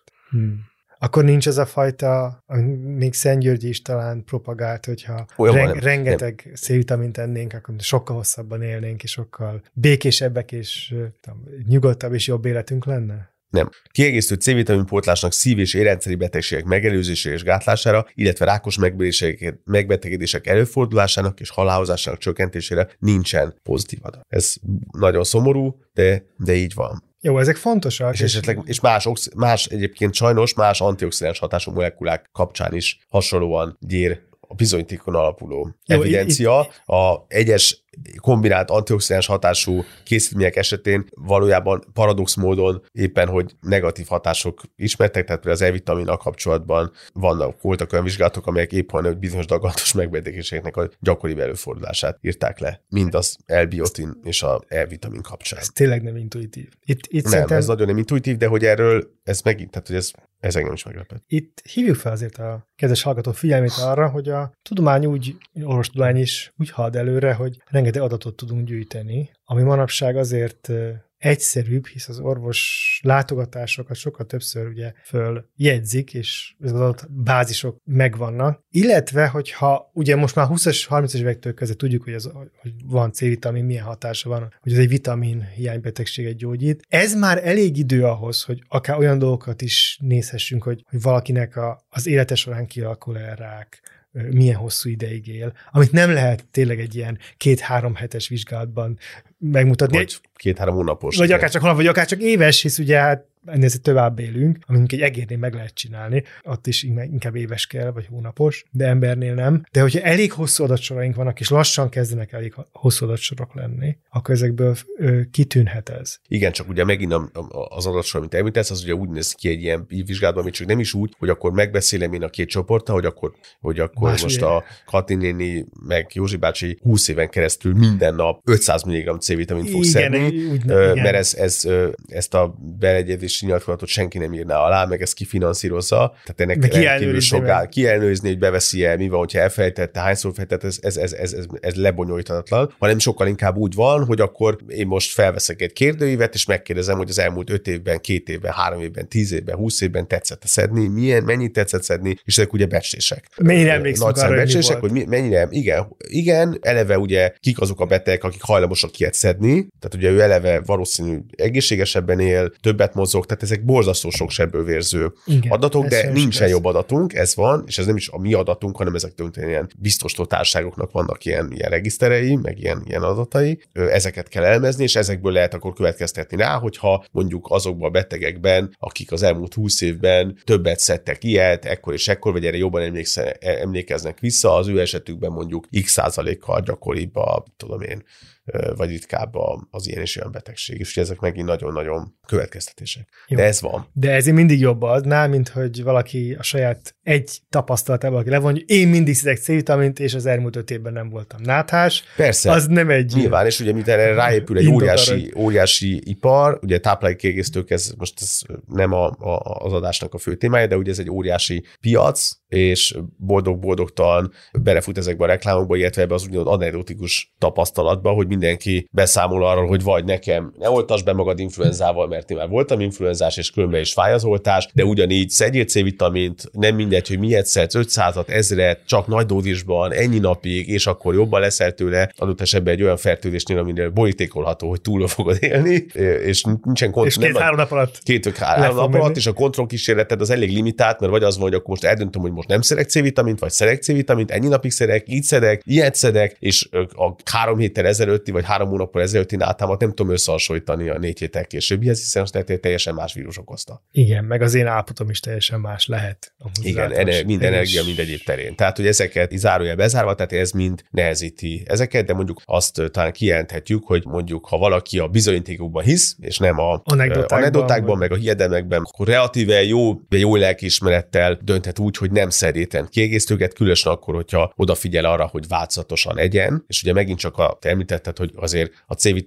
Akkor nincs ez a fajta, még Szent György is talán propagált, hogyha rengeteg C-vitamint ennénk, akkor sokkal hosszabban élnénk, és sokkal békésebbek, és nyugodtabb és jobb életünk lenne?
Nem. Kiegészítő C-vitamin pótlásnak szív- és érrendszeri betegségek megelőzésére és gátlására, illetve rákos megbetegedések előfordulásának és halálhozásának csökkentésére nincsen pozitív adat. Ez nagyon szomorú, de így van.
Jó, ezek fontosak.
És más egyébként sajnos más antioxidáns hatású molekulák kapcsán is hasonlóan gyér a bizonyítékon alapuló evidencia. A egyes kombinált antioxidáns hatású készítmények esetén valójában paradox módon éppen, hogy negatív hatások ismertek, tehát például az E-vitaminnal kapcsolatban voltak olyan vizsgálatok, amelyek éppen hogy bizonyos daganatos megbetegedéseknek a gyakori előfordulását írták le, mind az L-biotin és a E-vitamin kapcsán.
Ez tényleg nem intuitív. Itt
nem, ez nagyon nem intuitív, de hogy erről ez megint, tehát hogy ez engem is meglepett.
Itt hívjuk fel azért a kedves hallgató figyelmét arra, hogy a tudomány orvostudomány is úgy halad előre, hogy rengeteg adatot tudunk gyűjteni, ami manapság azért egyszerűbb, hisz az orvos látogatásokat sokkal többször ugye följegyzik, és az adatbázisok megvannak. Illetve, hogyha ugye most már 20-30-as évektől kezdve tudjuk, hogy van C-vitamin, milyen hatása van, hogy ez egy vitamin hiánybetegséget gyógyít. Ez már elég idő ahhoz, hogy akár olyan dolgokat is nézhessünk, hogy valakinek az élete során kialakul el rák, milyen hosszú ideig él, amit nem lehet tényleg egy ilyen 2-3 hetes vizsgálatban megmutatni.
Vagy 2-3 hónapos.
Vagy akár csak hónap, vagy akár csak éves, hisz ugye hát ennél tovább élünk, amit egy egérnél meg lehet csinálni, ott is inkább éves kell, vagy hónapos, de embernél nem. De hogyha elég hosszú adatsoraink vannak, és lassan kezdenek elég hosszú adatsorok lenni, akkor ezekből kitűnhet ez.
Igen, csak ugye megint az adatsor, amit említesz, az ugye úgy néz ki egy ilyen vizsgálatban, amit csak nem is úgy, hogy akkor megbeszélem én a két csoporttal, hogy akkor most ugye a Kati néni, meg Józsi bácsi 20 éven keresztül minden nap 500 mg C-vitamint fog szedni, mert ezt a beleegyezés nyilatkozatot senki nem írná alá, meg ezt kifinanszírozza. Tehát ennek rendkívül sok áll. Kielnőzni, hogy beveszi el, mi van, hogyha elfelejtette, hányszor felejtett, ez lebonyolítatlan, hanem sokkal inkább úgy van, hogy akkor én most felveszek egy kérdőívet, és megkérdezem, hogy az elmúlt 5 évben, 2 évben, 3 évben, 10 évben, 20 évben tetszett szedni, mennyit tetszett szedni, és ezek ugye becslések.
Mennyire emlékszünk arra,
becslések, hogy mennyire, igen, eleve ugye kik azok a betegek, akik hajlamosak ilyet szedni, tehát ugye ő eleve valószínű egészségesebben él, többet mozog, tehát ezek borzasztó sok sebből vérző adatok, de nincsen jobb adatunk, ez van, és ez nem is a mi adatunk, hanem ezek ilyen biztos társaságoknak vannak ilyen regiszterei, meg ilyen adatai, ezeket kell elemezni, és ezekből lehet akkor következtetni rá, hogyha mondjuk azokban a betegekben, akik az elmúlt 20 évben többet szedtek ilyet, ekkor és ekkor, vagy erre jobban emlékeznek vissza, az ő esetükben mondjuk x% gyakoribb vagy ritkább az ilyen és olyan betegség, és ezek megint nagyon-nagyon következtetések. Jó. De ez van.
De ezért mindig jobb adnál, mint hogy valaki a saját egy tapasztalatával, aki levonja, én mindig szedek C-vitamint, és az elmúlt 5 évben nem voltam náthás.
Persze.
Az nem egy...
Nyilván, és ugye miután erre ráépül egy óriási ipar, ugye táplálékkiegészítők, ez nem az adásnak a fő témája, de ugye ez egy óriási piac, és boldog-boldogtalan belefut ezekbe a reklámokba, illetve ebbe az úgynevezett anekdotikus tapasztalatba, hogy mindenki beszámol arról, hogy vagy nekem ne oltasd be magad influenzával, mert én már voltam influenzás, és különben is fáj az oltás, de ugyanígy szedjél C-vitamint, nem mindegy, hogy miért szedsz, 500-at, 1000-et, csak nagy dózisban, ennyi napig, és akkor jobban leszel tőle, adott esetben egy olyan fertőzésnél, aminél borítékolható, hogy túl fogod élni, és nincsen kontroll.
És 2-3 nap alatt.
2-3 nap alatt, és a kontrollkísérleted az elég limitált, mert vagy az van, hogy akkor most eldöntöm, hogy most nem szedek C-vitamint, vagy szedek C-vitamint, ennyi napig szedek, így szedek, ilyet szedek, és a 3 héttel ezelőtti, vagy 3 hónappal ezelőtti nátámat nem tudom összehasonlítani a 4 héttel későbbihez, hiszen azt teljesen más vírus okozta.
Igen, meg az én állapotom is teljesen más lehet.
Igen, minden energia, mind egyéb terén. Tehát, hogy ezeket zárójel bezárva, tehát ez mind nehezíti ezeket, de mondjuk azt talán kijelenthetjük, hogy mondjuk, ha valaki a bizonyítékokban hisz, és nem a anekdotákban, meg a hiedelmekben, akkor relatíve jó lelkiismerettel dönthet úgy, hogy nem szed étrend kiegészítőket, különösen akkor, hogyha odafigyel arra, hogy változatosan egyen, és ugye megint csak te említetted, hogy azért a C-vitamin hál'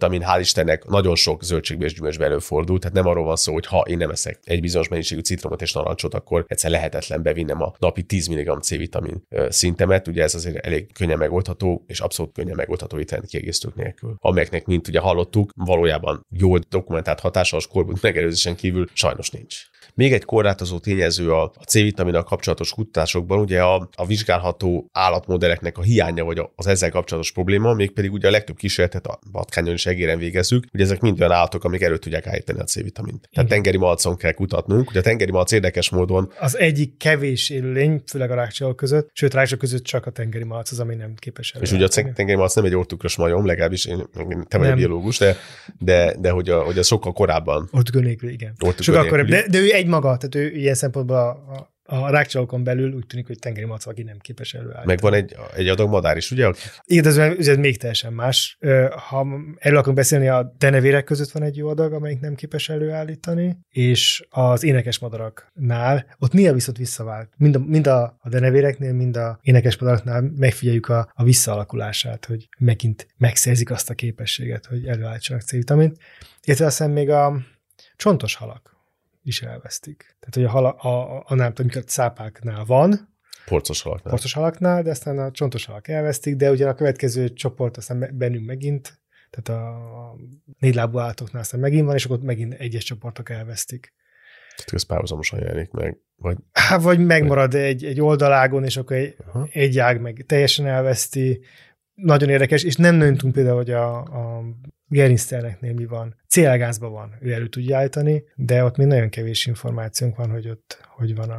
Istennek nagyon sok zöldségbe és gyümölcsbe előfordul, tehát nem arról van szó, hogy ha én nem eszek egy bizonyos mennyiségű citromot és narancsot, akkor egyszer lehetetlen bevinnem a napi 10 mg C-vitamin szintemet. Ugye ez azért elég könnyen megoldható, és abszolút könnyen megoldható étrend kiegészítők nélkül. Amelyeknek, mint ugye hallottuk, valójában jól dokumentált hatása a skorbut megelőzésen kívül sajnos nincs. Még egy korlátozó tényező a C-vitaminnal kapcsolatos kutatásokban ugye a vizsgálható állatmodelleknek a hiánya, vagy az ezzel kapcsolatos probléma, mégpedig ugye a legtöbb kísérletet a patkányon és egéren végezzük, ugye ezek mind olyan állatok, amik elő tudják állítani a C-vitamint. Tehát tengeri malacon kell kutatnunk, ugye a tengeri malac érdekes módon
az egyik kevés élőlény, főleg a rákcsálók között, sőt rákcsálók között csak a tengeri malac az, ami nem képes elő.
És ugye a tengeri malac nem egy orrtükörös majom, legalábbis te vagy a biológus, de hogy az sokkal korábban.
Orrtükör nélkül, igen. Sokkal korábban, de ő egymaga, tehát ő ilyen szempontból a rákcsálókon belül úgy tűnik, hogy tengeri malac, aki nem képes előállítani.
Meg van egy adag madár is, ugye?
Igen, ez még teljesen más. Ha erről akarunk beszélni, a denevérek között van egy jó adag, amelyik nem képes előállítani, és az énekes madaraknál, ott néha viszont visszavált. Mind a denevéreknél, mind a énekes madaraknál megfigyeljük a visszaalakulását, hogy megint megszerzik azt a képességet, hogy előállítsanak C-vitamint. Illetve aztán még a csontos halak is elvesztik. Tehát, hogy amikor a cápáknál van, porcos halaknál, de aztán a csontos halak elvesztik, de ugye a következő csoport aztán bennünk megint, tehát a négylábú állatoknál aztán megint van, és akkor megint egyes csoportok elvesztik.
Tehát ez párhuzamosan jelenik meg?
Vagy megmarad egy oldalágon, és akkor egy ág meg teljesen elveszti. Nagyon érdekes, és nem nőntünk például, hogy a gerinctelneknél mi van. C-elegánzban van, ő elő tudja állítani, de ott még nagyon kevés információnk van, hogy ott hogy van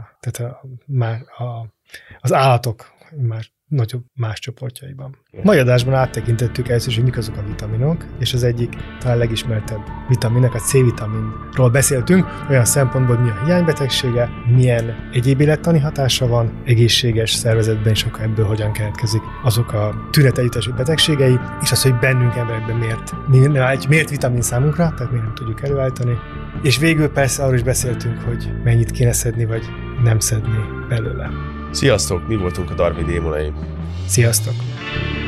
az állatok már nagyobb más csoportjaiban. Mai adásban áttekintettük először, hogy mik azok a vitaminok, és az egyik talán legismertebb vitaminek, a C-vitaminról beszéltünk, olyan szempontból, hogy mi a hiánybetegsége, milyen egyéb élettani hatása van, egészséges szervezetben, és akkor ebből hogyan keletkezik azok a tünetejutású betegségei, és az, hogy bennünk emberekben miért vitamin számunkra, tehát miért nem tudjuk előállítani. És végül persze arról is beszéltünk, hogy mennyit kéne szedni, vagy nem szedni belőle.
Sziasztok, mi voltunk a Darwin démonai.
Sziasztok!